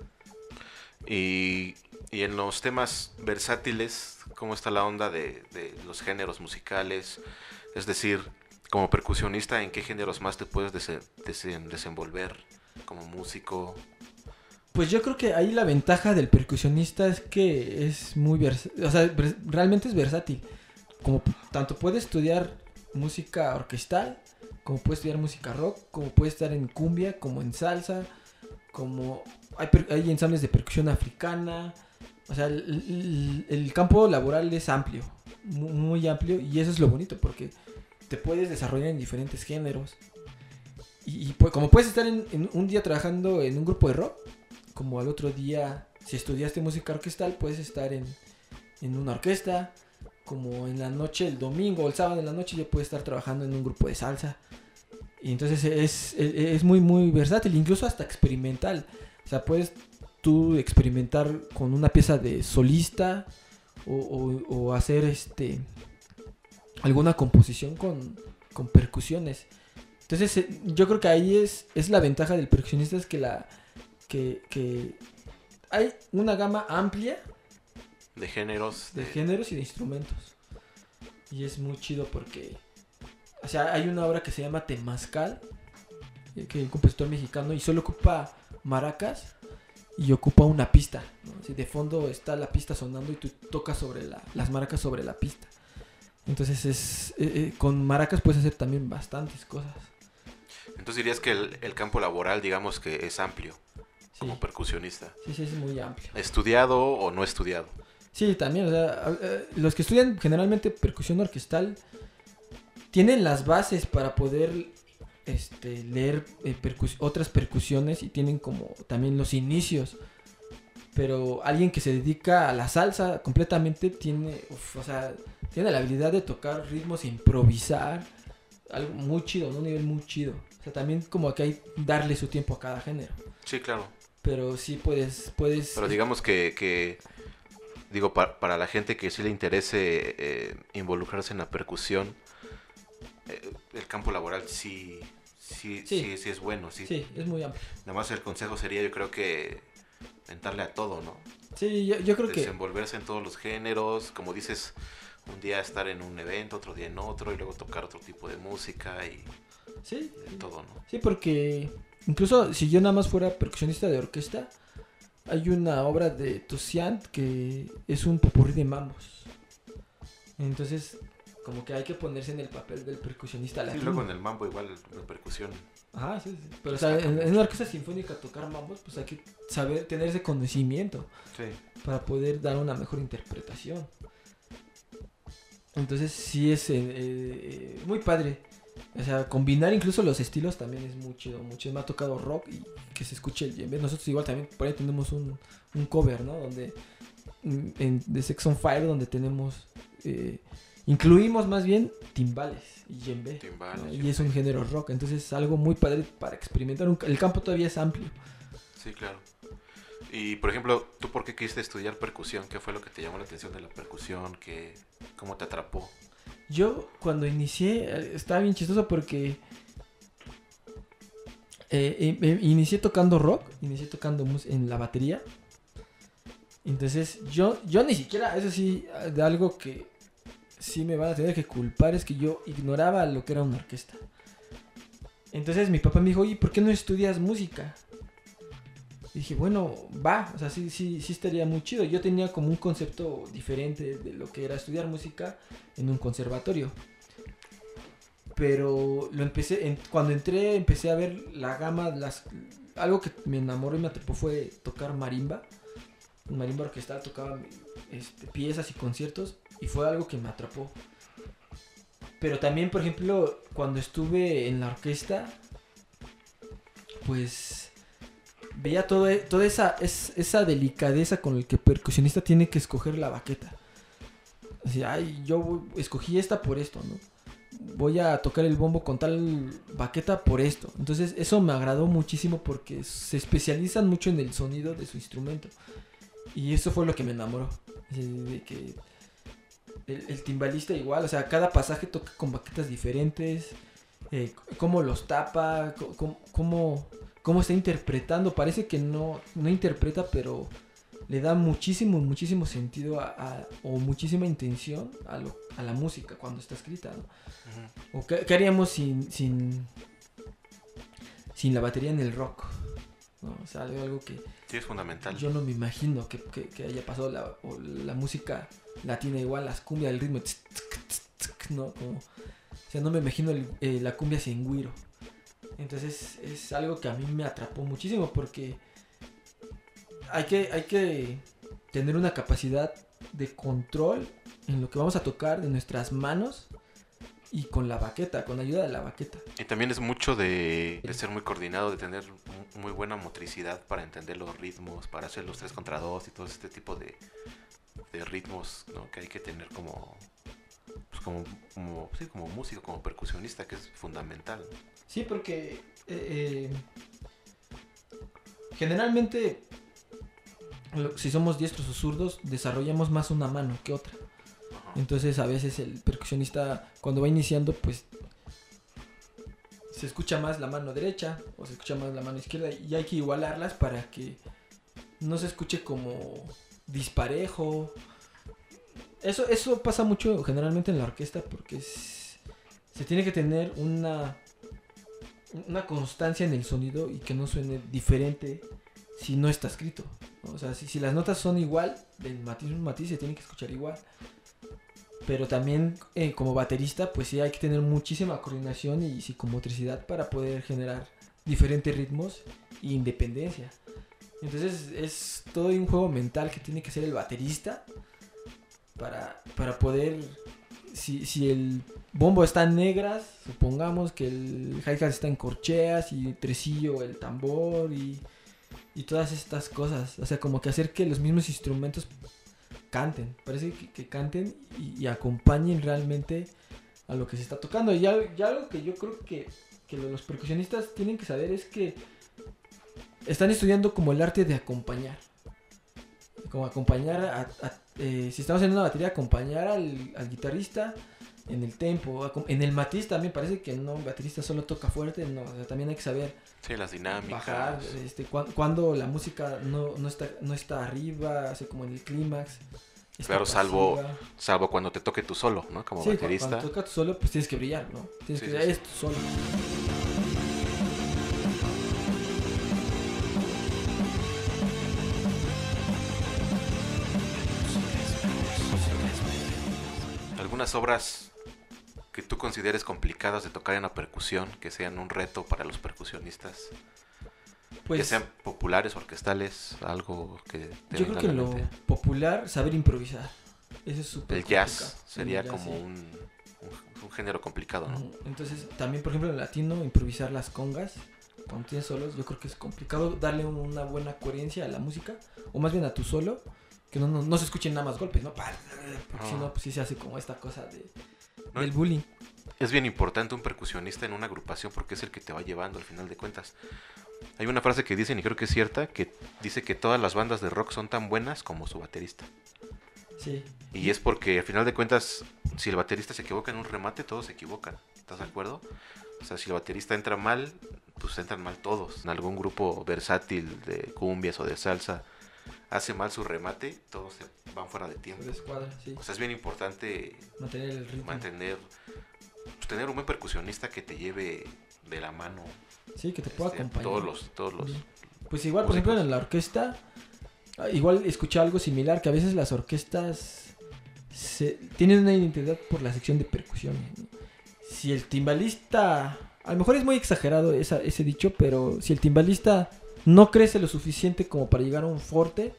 Y, y en los temas versátiles, ¿cómo está la onda de, de los géneros musicales? Es decir, como percusionista, ¿en qué géneros más te puedes dese- dese- desenvolver como músico? Pues yo creo que ahí la ventaja del percusionista es que es muy versátil, o sea, vers- realmente es versátil. Como p- tanto puede estudiar música orquestal, como puede estudiar música rock, como puede estar en cumbia, como en salsa, como hay, per- hay ensambles de percusión africana. O sea, el, el- el campo laboral es amplio, mu- muy amplio, y eso es lo bonito porque te puedes desarrollar en diferentes géneros. Y, y pues, como puedes estar en, en un día trabajando en un grupo de rock, como al otro día, si estudiaste música orquestal, puedes estar en, en una orquesta, como en la noche, el domingo o el sábado en la noche, ya puedes estar trabajando en un grupo de salsa. Y entonces es, es, es muy, muy versátil, incluso hasta experimental. O sea, puedes tú experimentar con una pieza de solista o, o, o hacer este alguna composición con, con percusiones. Entonces eh, yo creo que ahí es, es la ventaja del percusionista, es que la que, que hay una gama amplia De géneros. de de- géneros y de instrumentos. Y es muy chido porque, o sea, hay una obra que se llama Temazcal, eh, que es un compositor mexicano y solo ocupa maracas y ocupa una pista, ¿no? Así de fondo está la pista sonando y tú tocas sobre la, las maracas sobre la pista. Entonces es eh, eh, con maracas puedes hacer también bastantes cosas. Entonces dirías que el, el campo laboral, digamos que es amplio, Sí, como percusionista. sí, sí, es muy amplio. ¿Estudiado o no estudiado? Sí, también, o sea, a- eh, los que estudian generalmente percusión orquestal tienen las bases para poder este, leer eh, percus- otras percusiones y tienen como también los inicios. Pero alguien que se dedica a la salsa completamente tiene, uf, o sea, tiene la habilidad de tocar ritmos, e improvisar, algo muy chido, ¿no? Un nivel muy chido. O sea, también como que hay darle su tiempo a cada género. Sí, claro. Pero sí puedes, puedes. Pero digamos que, que digo, pa- para la gente que sí le interese eh, involucrarse en la percusión, eh, el campo laboral sí, sí, Sí. sí, sí es bueno, sí. Sí, es muy amplio. Nada más el consejo sería, yo creo que entrarle a todo, ¿no? Sí, yo, yo creo que... Desenvolverse en todos los géneros, como dices, un día estar en un evento, otro día en otro, y luego tocar otro tipo de música y Sí, de todo, ¿no? sí, porque incluso si yo nada más fuera percusionista de orquesta, hay una obra de Toussaint que es un popurrí de mambos. Entonces, como que hay que ponerse en el papel del percusionista Sí, latino. luego en el mambo igual la percusión. Ajá, sí, sí. Pero o sea, en, en una orquesta sinfónica tocar mambos, pues hay que saber, tener ese conocimiento Sí. para poder dar una mejor interpretación. Entonces sí es eh, eh, muy padre. O sea, combinar incluso los estilos también es muy chido. Mucho me ha tocado rock y que se escuche el djembe. Nosotros igual también por ahí tenemos un, un cover, ¿no? Donde en, de Sex on Fire, donde tenemos eh, incluimos más bien timbales y djembe, Timbales, ¿no? Y djembe. es un género rock. Entonces es algo muy padre para experimentar. Un- el campo todavía es amplio. Sí, claro. Y por ejemplo, ¿tú por qué quisiste estudiar percusión? ¿Qué fue lo que te llamó la atención de la percusión? ¿Qué, ¿Cómo te atrapó? Yo cuando inicié, eh, estaba bien chistoso porque eh, eh, eh, inicié tocando rock, inicié tocando mus- en la batería. Entonces yo, yo ni siquiera, eso sí, de algo que sí me van a tener que culpar es que yo ignoraba lo que era una orquesta. Entonces mi papá me dijo, oye, ¿por qué no estudias música? Y dije, bueno, va, o sea, sí, sí, sí estaría muy chido. Yo tenía como un concepto diferente de lo que era estudiar música en un conservatorio. Pero lo empecé, en- cuando entré empecé a ver la gama, las, algo que me enamoró y me atrapó fue tocar marimba. Marimba orquestal, tocaba este, piezas y conciertos y fue algo que me atrapó. Pero también, por ejemplo, cuando estuve en la orquesta, pues veía todo, toda esa, es, esa delicadeza con el que el percusionista tiene que escoger la baqueta. Así, ay, yo voy- escogí esta por esto, ¿no? Voy a tocar el bombo con tal baqueta por esto. Entonces eso me agradó muchísimo porque se especializan mucho en el sonido de su instrumento. Y eso fue lo que me enamoró. Así de que el, el timbalista igual, o sea, cada pasaje toca con baquetas diferentes. Eh, cómo los tapa, co- cómo, cómo, cómo está interpretando. Parece que no, no interpreta, pero le da muchísimo, muchísimo sentido a, a- o muchísima intención a, lo, a la música cuando está escrita, ¿no? Ujú. O qué, qué haríamos sin, sin, sin la batería en el rock, ¿no? O sea, algo, algo que Sí, es fundamental. yo no me imagino que, que, que haya pasado la, o la música latina igual, las cumbias, el ritmo, tsk, tsk, tsk, tsk, ¿no? Como, o sea, no me imagino el- eh, la cumbia sin güiro. Entonces es algo que a mí me atrapó muchísimo porque hay que, hay que tener una capacidad de control en lo que vamos a tocar de nuestras manos y con la baqueta, con la ayuda de la baqueta. Y también es mucho de, de ser muy coordinado, de tener mu- muy buena motricidad para entender los ritmos, para hacer los tres contra dos y todo este tipo de, de ritmos, ¿no? Que hay que tener como, pues como, como, sí, como músico, como percusionista, que es fundamental. Sí, porque eh, eh, generalmente lo- si somos diestros o zurdos desarrollamos más una mano que otra. Ajá. Entonces a veces el percusionista cuando va iniciando pues se escucha más la mano derecha o se escucha más la mano izquierda y hay que igualarlas para que no se escuche como disparejo. Eso, eso pasa mucho generalmente en la orquesta porque es- se tiene que tener una, una constancia en el sonido y que no suene diferente si no está escrito, ¿no? O sea, si, si las notas son igual, del matiz un matiz se tiene que escuchar igual. Pero también eh, como baterista, pues sí hay que tener muchísima coordinación y psicomotricidad para poder generar diferentes ritmos e independencia. Entonces es todo un juego mental que tiene que hacer el baterista para, para poder, si, si el bombo está en negras, supongamos que el hi-hat está en corcheas y tresillo el tambor y, y todas estas cosas. O sea, como que hacer que los mismos instrumentos canten, parece que, que canten y, y acompañen realmente a lo que se está tocando. Y ya, ya algo que yo creo que, que los percusionistas tienen que saber es que están estudiando como el arte de acompañar. Como acompañar a, a- eh, si estamos en una batería, acompañar al, al guitarrista. en el tempo, en el matiz también parece que no, un baterista solo toca fuerte, no, o sea, también hay que saber sí, las dinámicas. Bajar, este, cu- cuando la música no, no, está, no está arriba, así como en el clímax. Claro, salvo, salvo cuando te toque tu solo, ¿no? Como sí, baterista. Cuando toca tu solo, pues tienes que brillar, ¿no? Tienes sí, que sí, brillar, sí. es tu solo. Algunas obras que tú consideres complicadas de tocar en la percusión, que sean un reto para los percusionistas, Pues, que sean populares, orquestales, algo que te yo venga creo que a la lo mente. popular, saber improvisar. Eso es súper El jazz complicado. sería El jazz, como sí. un, un, un género complicado, ¿no? Ujú. Entonces, también, por ejemplo, en latino, improvisar las congas, cuando tienes solos, yo creo que es complicado darle un- una buena coherencia a la música, o más bien a tu solo, que no, no, no se escuchen nada más golpes, ¿no? Pa- Porque Ah. si no, pues sí se hace como esta cosa de, No, del bullying. Es bien importante un percusionista en una agrupación porque es el que te va llevando al final de cuentas. Hay una frase que dicen, y creo que es cierta, que dice que todas las bandas de rock son tan buenas como su baterista. Sí. Y es porque al final de cuentas, si el baterista se equivoca en un remate, todos se equivocan. ¿Estás de acuerdo? O sea, si el baterista entra mal, pues entran mal todos. En algún grupo versátil de cumbias o de salsa hace mal su remate, todos se van fuera de tiempo. De escuadra, sí. O sea, es bien importante Mantener el ritmo. mantener, pues, tener un buen percusionista que te lleve de la mano. Sí, que te pueda este, acompañar. todos los, todos los. Bien. Pues igual, por ejemplo, en la orquesta, ah, igual escuché algo similar, que a veces las orquestas se, tienen una identidad por la sección de percusión, ¿no? Si el timbalista, a lo mejor es muy exagerado esa, ese dicho, pero si el timbalista no crece lo suficiente como para llegar a un forte,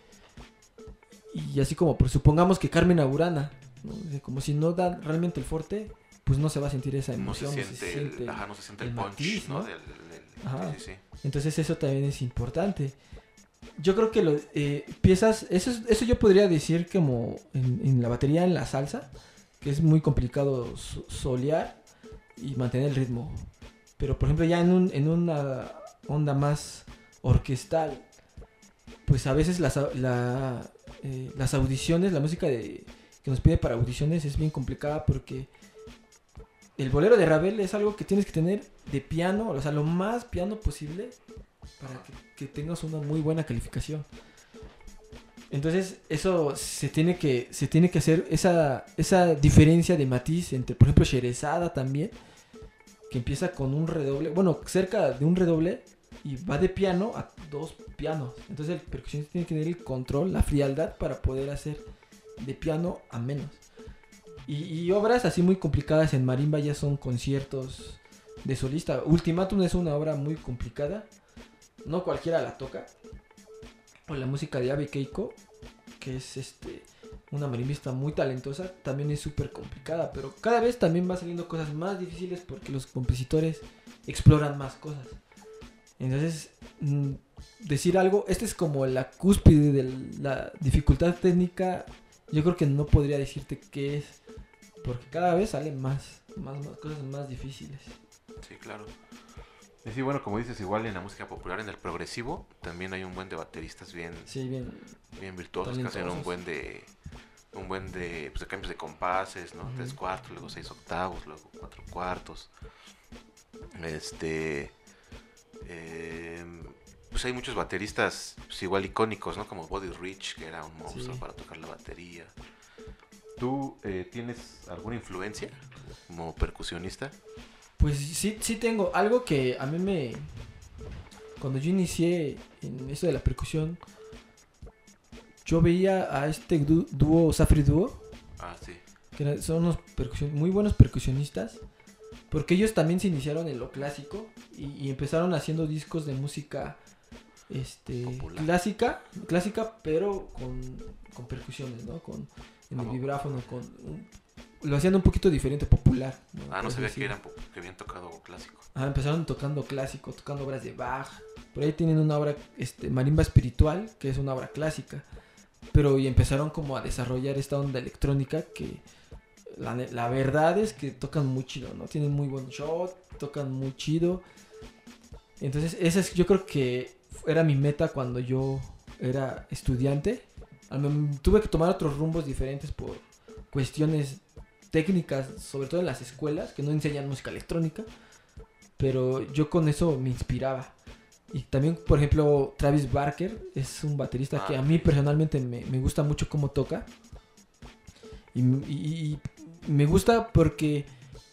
y así como, pues, supongamos que Carmen Aburana, ¿no? O sea, como si no da realmente el forte, pues no se va a sentir esa No se emoción, siente, el, ajá, no se siente el, el punch, matiz, ¿no? ¿no? Del, del- del- Ajá. sí, sí, sí. Entonces eso también es importante. Yo creo que lo, eh, piezas, eso, es- eso yo podría decir como en, en la batería, en la salsa, que es muy complicado so- solear y mantener el ritmo. Pero por ejemplo ya en, un, en una onda más orquestal, pues a veces las, au- la, eh, las audiciones, la música de, que nos pide para audiciones es bien complicada porque el bolero de Ravel es algo que tienes que tener de piano, o sea, lo más piano posible para que, que tengas una muy buena calificación. Entonces, eso se tiene que, se tiene que hacer esa, esa diferencia de matiz entre, por ejemplo, Sherezada también, que empieza con un redoble, bueno, cerca de un redoble y va de piano a dos pianos. Entonces, el percusionista tiene que tener el control, la frialdad para poder hacer de piano a menos. Y, y obras así muy complicadas en marimba ya son conciertos de solista. Ultimátum es una obra muy complicada. No cualquiera la toca. O la música de Abe Keiko, que es este una marimbista muy talentosa, también es súper complicada. Pero cada vez también va saliendo cosas más difíciles porque los compositores exploran más cosas. Entonces, mmm, decir algo, esta es como la cúspide de la dificultad técnica. Yo creo que no podría decirte qué es, porque cada vez salen más, más, más cosas más difíciles. Sí, claro. Y sí, bueno, como dices, igual en la música popular, en el progresivo, también hay un buen de bateristas bien, Sí, bien. bien virtuosos, que hacen un buen de un buen de, pues, de cambios de compases, ¿no? Ujú. Tres cuartos, luego seis octavos, luego cuatro cuartos. Este, eh, pues hay muchos bateristas, pues, igual icónicos, ¿no? Como Buddy Rich, que era un monstruo Sí. para tocar la batería. ¿Tú eh, tienes alguna influencia como percusionista? Pues sí, sí tengo algo que a mí me... Cuando yo inicié en esto de la percusión, yo veía a este dú- dúo, Safri Dúo, Ah, sí. que era- son unos percusion- muy buenos percusionistas, porque ellos también se iniciaron en lo clásico y, y empezaron haciendo discos de música este, Popular. clásica, clásica, pero con, con percusiones, ¿no? Con en el Ah, vibráfono, con un- lo hacían un poquito diferente, popular, ¿no? Ah, no Por sabía así que decirlo. eran po- que habían tocado clásico. Ah, empezaron tocando clásico, tocando obras de Bach. Por ahí tienen una obra, este, Marimba Espiritual, que es una obra clásica. Pero y empezaron como a desarrollar esta onda electrónica que la, ne- la verdad es que tocan muy chido, ¿no? Tienen muy buen shot, tocan muy chido. Entonces, esa es, yo creo que era mi meta cuando yo era estudiante. Al mem- Tuve que tomar otros rumbos diferentes por cuestiones técnicas, sobre todo en las escuelas, que no enseñan música electrónica, pero yo con eso me inspiraba. Y también, por ejemplo, Travis Barker es un baterista ah, que a mí personalmente me, me gusta mucho cómo toca. Y, y, y me gusta porque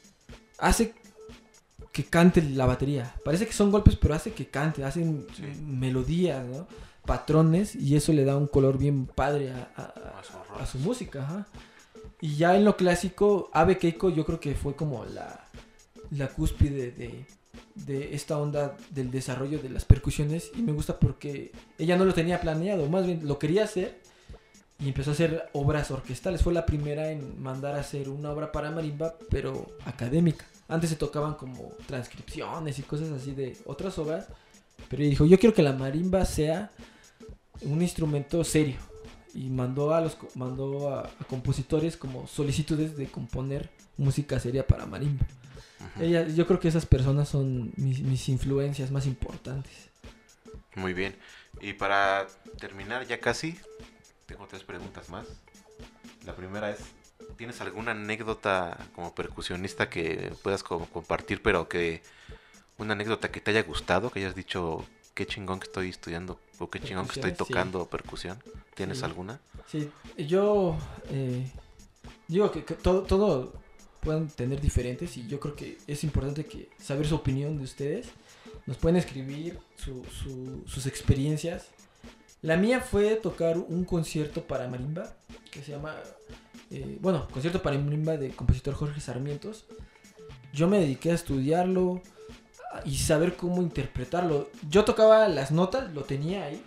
hace que cante la batería. Parece que son golpes, pero hace que cante, hacen sí. melodías, ¿no? Patrones, y eso le da un color bien padre a, a, a, a su música. Ajá. Y ya en lo clásico, Abe Keiko yo creo que fue como la, la cúspide de, de esta onda del desarrollo de las percusiones, y me gusta porque ella no lo tenía planeado, más bien lo quería hacer y empezó a hacer obras orquestales. Fue la primera en mandar a hacer una obra para marimba, pero académica. Antes se tocaban como transcripciones y cosas así de otras obras, pero ella dijo, yo quiero que la marimba sea un instrumento serio, y mandó a los mandó a, a compositores como solicitudes de componer música seria para marimba. Uh-huh. Ella, yo creo que esas personas son mis, mis influencias más importantes. Muy bien. Y para terminar ya casi, tengo tres preguntas más. La primera es, ¿tienes alguna anécdota como percusionista que puedas como compartir, pero que una anécdota que te haya gustado, que hayas dicho, qué chingón que estoy estudiando o qué chingón que estoy tocando sí. percusión? ¿Tienes sí. alguna? Sí, yo eh, digo que, que todo, todo pueden tener diferentes, y yo creo que es importante que saber su opinión de ustedes. Nos pueden escribir su, su, sus experiencias. La mía fue tocar un concierto para marimba que se llama, eh, bueno, concierto para marimba de compositor Jorge Sarmientos. Yo me dediqué a estudiarlo y saber cómo interpretarlo. Yo tocaba las notas, lo tenía ahí,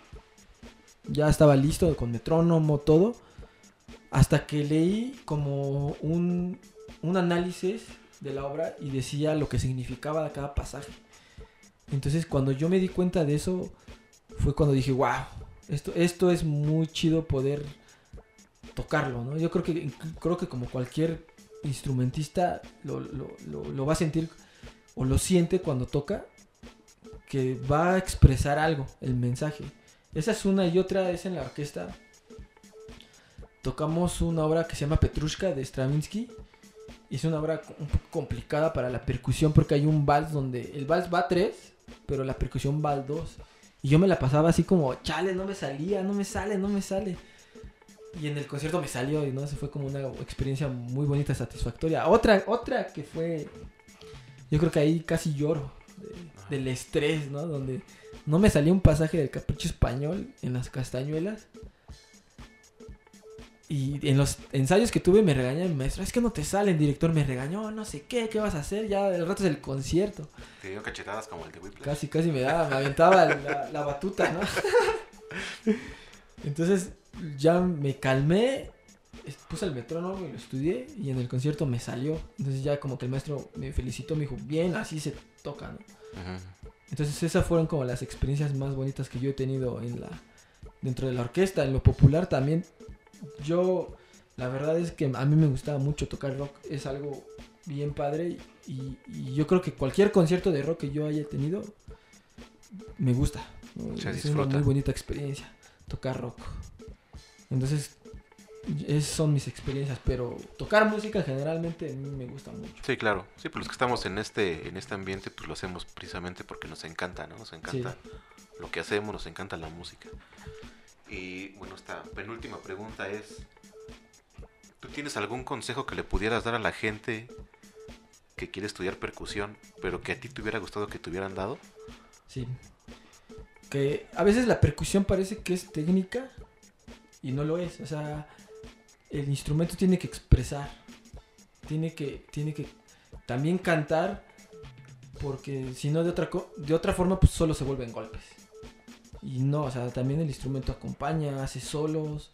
ya estaba listo con metrónomo, todo, hasta que leí como un, un análisis de la obra y decía lo que significaba cada pasaje. Entonces cuando yo me di cuenta de eso, fue cuando dije, wow, esto, esto es muy chido poder tocarlo, ¿no? Yo creo que, creo que como cualquier instrumentista lo, lo, lo, lo va a sentir o lo siente cuando toca, que va a expresar algo, el mensaje. Esa es una, y otra es en la orquesta. Tocamos una obra que se llama Petrushka de Stravinsky. Es una obra un poco complicada para la percusión porque hay un vals donde el vals va a tres, pero la percusión va al dos. Y yo me la pasaba así como, chale, no me salía, no me sale, no me sale. Y en el concierto me salió, y no, se fue como una experiencia muy bonita, satisfactoria. Otra, otra que fue, yo creo que ahí casi lloro de, del estrés, ¿no? Donde no me salía un pasaje del Capricho Español en las Castañuelas. Y en los ensayos que tuve me regaña el maestro, es que no te sale, el director me regañó, no sé qué, ¿qué vas a hacer? Ya el rato es el concierto. Te dio cachetadas como el de Whiplash. Casi, casi me daba, me aventaba la, la batuta, ¿no? Entonces ya me calmé, puse el metrónomo y lo estudié, y en el concierto me salió. Entonces ya como que el maestro me felicitó, me dijo, bien, así se toca, ¿no? Uh-huh. Entonces esas fueron como las experiencias más bonitas que yo he tenido en la dentro de la orquesta. En lo popular también, yo, la verdad es que a mí me gustaba mucho tocar rock, es algo bien padre, y, y yo creo que cualquier concierto de rock que yo haya tenido, me gusta, ¿no? Se es disfruta. Una muy bonita experiencia, tocar rock. Entonces, esas son mis experiencias, pero tocar música generalmente a mí me gusta mucho. Sí, claro, sí, pues los que estamos en este, en este ambiente, pues lo hacemos precisamente porque nos encanta, ¿no? Nos encanta sí. lo que hacemos, nos encanta la música. Y bueno, esta penúltima pregunta es, ¿tú tienes algún consejo que le pudieras dar a la gente que quiere estudiar percusión, pero que a ti te hubiera gustado que te hubieran dado? Sí, que a veces la percusión parece que es técnica y no lo es. O sea, el instrumento tiene que expresar, tiene que, tiene que también cantar, porque si no de otra, de otra forma pues solo se vuelven golpes. Y no, o sea, también el instrumento acompaña, hace solos,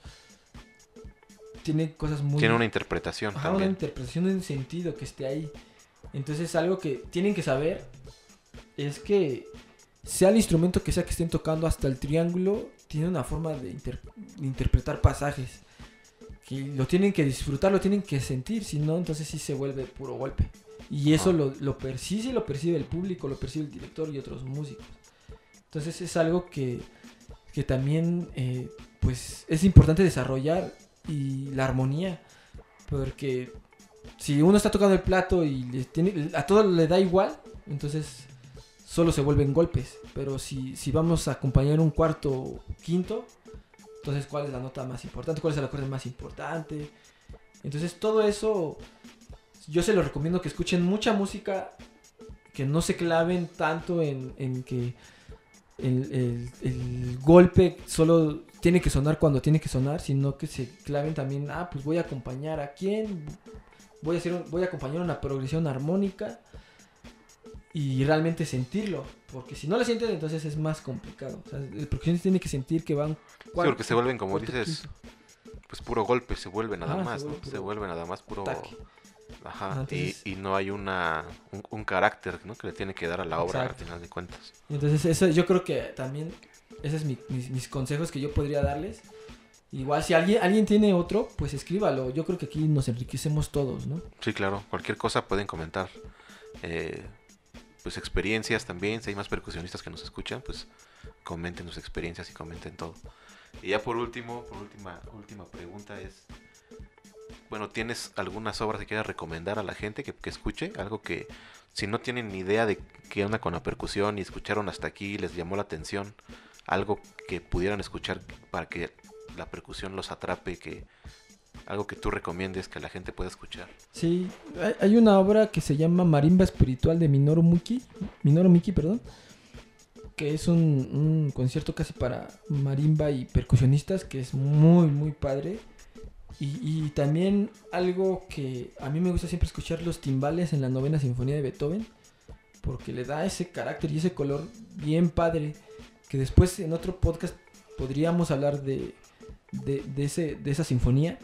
tiene cosas muy... Tiene una interpretación Ajá, también. una interpretación, un sentido que esté ahí. Entonces algo que tienen que saber es que sea el instrumento que sea que estén tocando, hasta el triángulo tiene una forma de, inter- de interpretar pasajes. Que lo tienen que disfrutar, lo tienen que sentir, si no, entonces sí se vuelve puro golpe. Y eso ah. lo, lo percibe, lo percibe el público, lo percibe el director y otros músicos. Entonces es algo que, que también eh, pues es importante desarrollar, y la armonía, porque si uno está tocando el plato y le tiene, a todo le da igual, entonces solo se vuelven golpes. Pero si, si vamos a acompañar un cuarto, quinto, entonces cuál es la nota más importante, cuál es el acorde más importante. Entonces todo eso yo se lo recomiendo, que escuchen mucha música, que no se claven tanto en, en que el, el, el golpe solo tiene que sonar cuando tiene que sonar, sino que se claven también, ah, pues voy a acompañar a quién, voy a, hacer un, voy a acompañar una progresión armónica y realmente sentirlo, porque si no lo sienten entonces es más complicado. O sea, el progresionista tiene que sentir que van cuatro, sí, porque se vuelven, como dices, quinto. Pues puro golpe, se vuelve nada ah, más, se vuelve, ¿no? puro Se vuelve nada más puro... Ataque. Ajá, Ah, entonces... y, y no hay una un, un carácter, ¿no? Que le tiene que dar a la obra. Exacto. Al final de cuentas. Entonces eso yo creo que también esos son mi, mis, mis consejos que yo podría darles. Igual si alguien alguien tiene otro, pues escríbalo. Yo creo que aquí nos enriquecemos todos, ¿no? Sí, claro. Cualquier cosa pueden comentar. Eh, pues experiencias también. Si hay más percusionistas que nos escuchan, pues comenten sus experiencias y comenten todo. Y ya por último, por última última pregunta es... Bueno, ¿tienes algunas obras que quieras recomendar a la gente que, que escuche? Algo que, si no tienen ni idea de qué onda con la percusión y escucharon hasta aquí y les llamó la atención, algo que pudieran escuchar para que la percusión los atrape, que algo que tú recomiendes que la gente pueda escuchar. Sí, hay, hay una obra que se llama Marimba Espiritual de Minoru Miki, Minoru Miki, perdón, que es un, un concierto casi para marimba y percusionistas, que es muy, muy padre. Y, y también algo que a mí me gusta siempre escuchar, los timbales en la novena sinfonía de Beethoven, porque le da ese carácter y ese color bien padre, que después en otro podcast podríamos hablar de, de, de, ese, de esa sinfonía,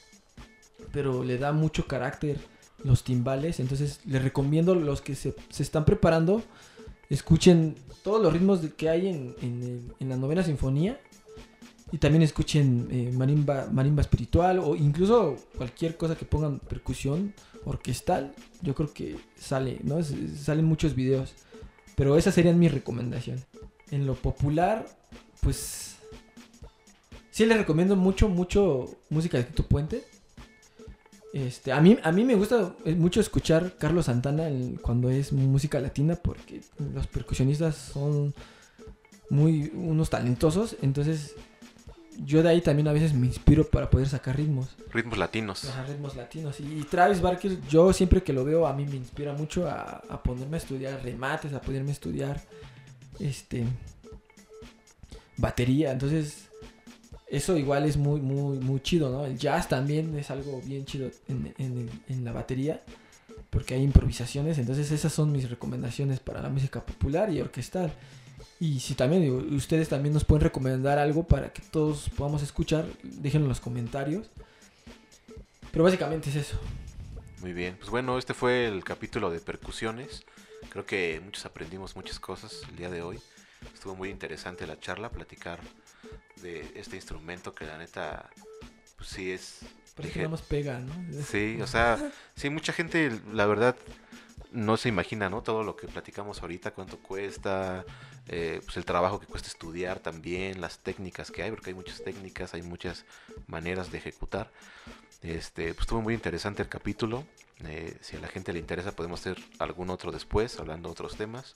pero le da mucho carácter los timbales. Entonces les recomiendo, los que se, se están preparando, escuchen todos los ritmos que hay en, en, el, en la novena sinfonía. Y también escuchen eh, marimba, marimba espiritual, o incluso cualquier cosa que pongan percusión orquestal. Yo creo que sale, ¿no? Es, salen muchos videos. Pero esas serían mis recomendaciones. En lo popular, pues... sí les recomiendo mucho, mucho música de Tito Puente. Este, a mí, a mí me gusta mucho escuchar Carlos Santana el, cuando es música latina, porque los percusionistas son muy unos talentosos. Entonces... yo de ahí también a veces me inspiro para poder sacar ritmos. Ritmos latinos. Ajá, ritmos latinos. Y Travis Barker, yo siempre que lo veo, a mí me inspira mucho a, a ponerme a estudiar remates, a ponerme a estudiar este batería. Entonces, eso igual es muy, muy, muy chido, ¿no? El jazz también es algo bien chido en, en, el, en la batería, porque hay improvisaciones. Entonces, esas son mis recomendaciones para la música popular y orquestal. Y si también, digo, ustedes también nos pueden recomendar algo para que todos podamos escuchar, déjenlo en los comentarios. Pero básicamente es eso. Muy bien, pues bueno, este fue el capítulo de percusiones. Creo que muchos aprendimos muchas cosas el día de hoy. Estuvo muy interesante la charla, platicar de este instrumento que la neta, pues sí es... Parece que nada más pega, ¿no? Sí, o sea, sí, mucha gente, la verdad... no se imagina, ¿no? Todo lo que platicamos ahorita, cuánto cuesta, eh, pues el trabajo que cuesta estudiar también, las técnicas que hay, porque hay muchas técnicas, hay muchas maneras de ejecutar. Este, pues estuvo muy interesante el capítulo. Eh, si a la gente le interesa, podemos hacer algún otro después, hablando de otros temas.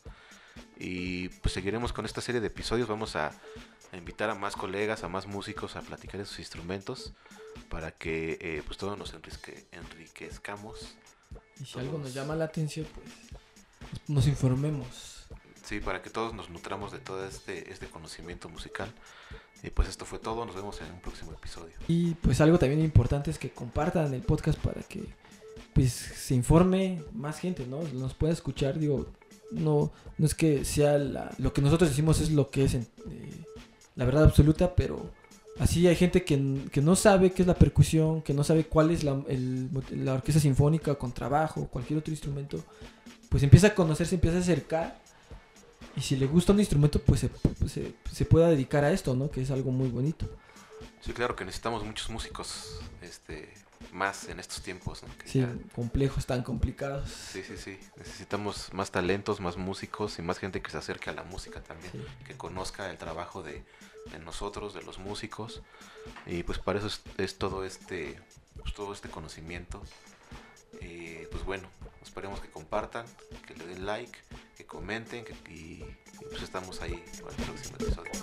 Y pues seguiremos con esta serie de episodios. Vamos a, a invitar a más colegas, a más músicos a platicar de sus instrumentos, para que eh, pues todos nos enrique, enriquezcamos. Y si algo nos llama la atención, pues nos informemos. Sí, para que todos nos nutramos de todo este, este conocimiento musical. Y pues esto fue todo, nos vemos en un próximo episodio. Y pues algo también importante es que compartan el podcast para que pues se informe más gente, ¿no? Nos pueda escuchar, digo, no, no es que sea la, lo que nosotros decimos es lo que es eh, la verdad absoluta, pero... así hay gente que, que no sabe qué es la percusión, que no sabe cuál es la, el, la orquesta sinfónica, contrabajo, cualquier otro instrumento. Pues empieza a conocerse, empieza a acercar. Y si le gusta un instrumento, pues se, pues se, se pueda dedicar a esto, ¿no? Que es algo muy bonito. Sí, claro que necesitamos muchos músicos este, más en estos tiempos, ¿no? Que sí, ya... complejos, tan complicados. Sí, sí, sí. Necesitamos más talentos, más músicos y más gente que se acerque a la música también. Sí. Que conozca el trabajo de... de nosotros, de los músicos, y pues para eso es, es todo este pues todo este conocimiento Eh, pues bueno, esperemos que compartan, que le den like, que comenten que, y, y pues estamos ahí para el próximo episodio.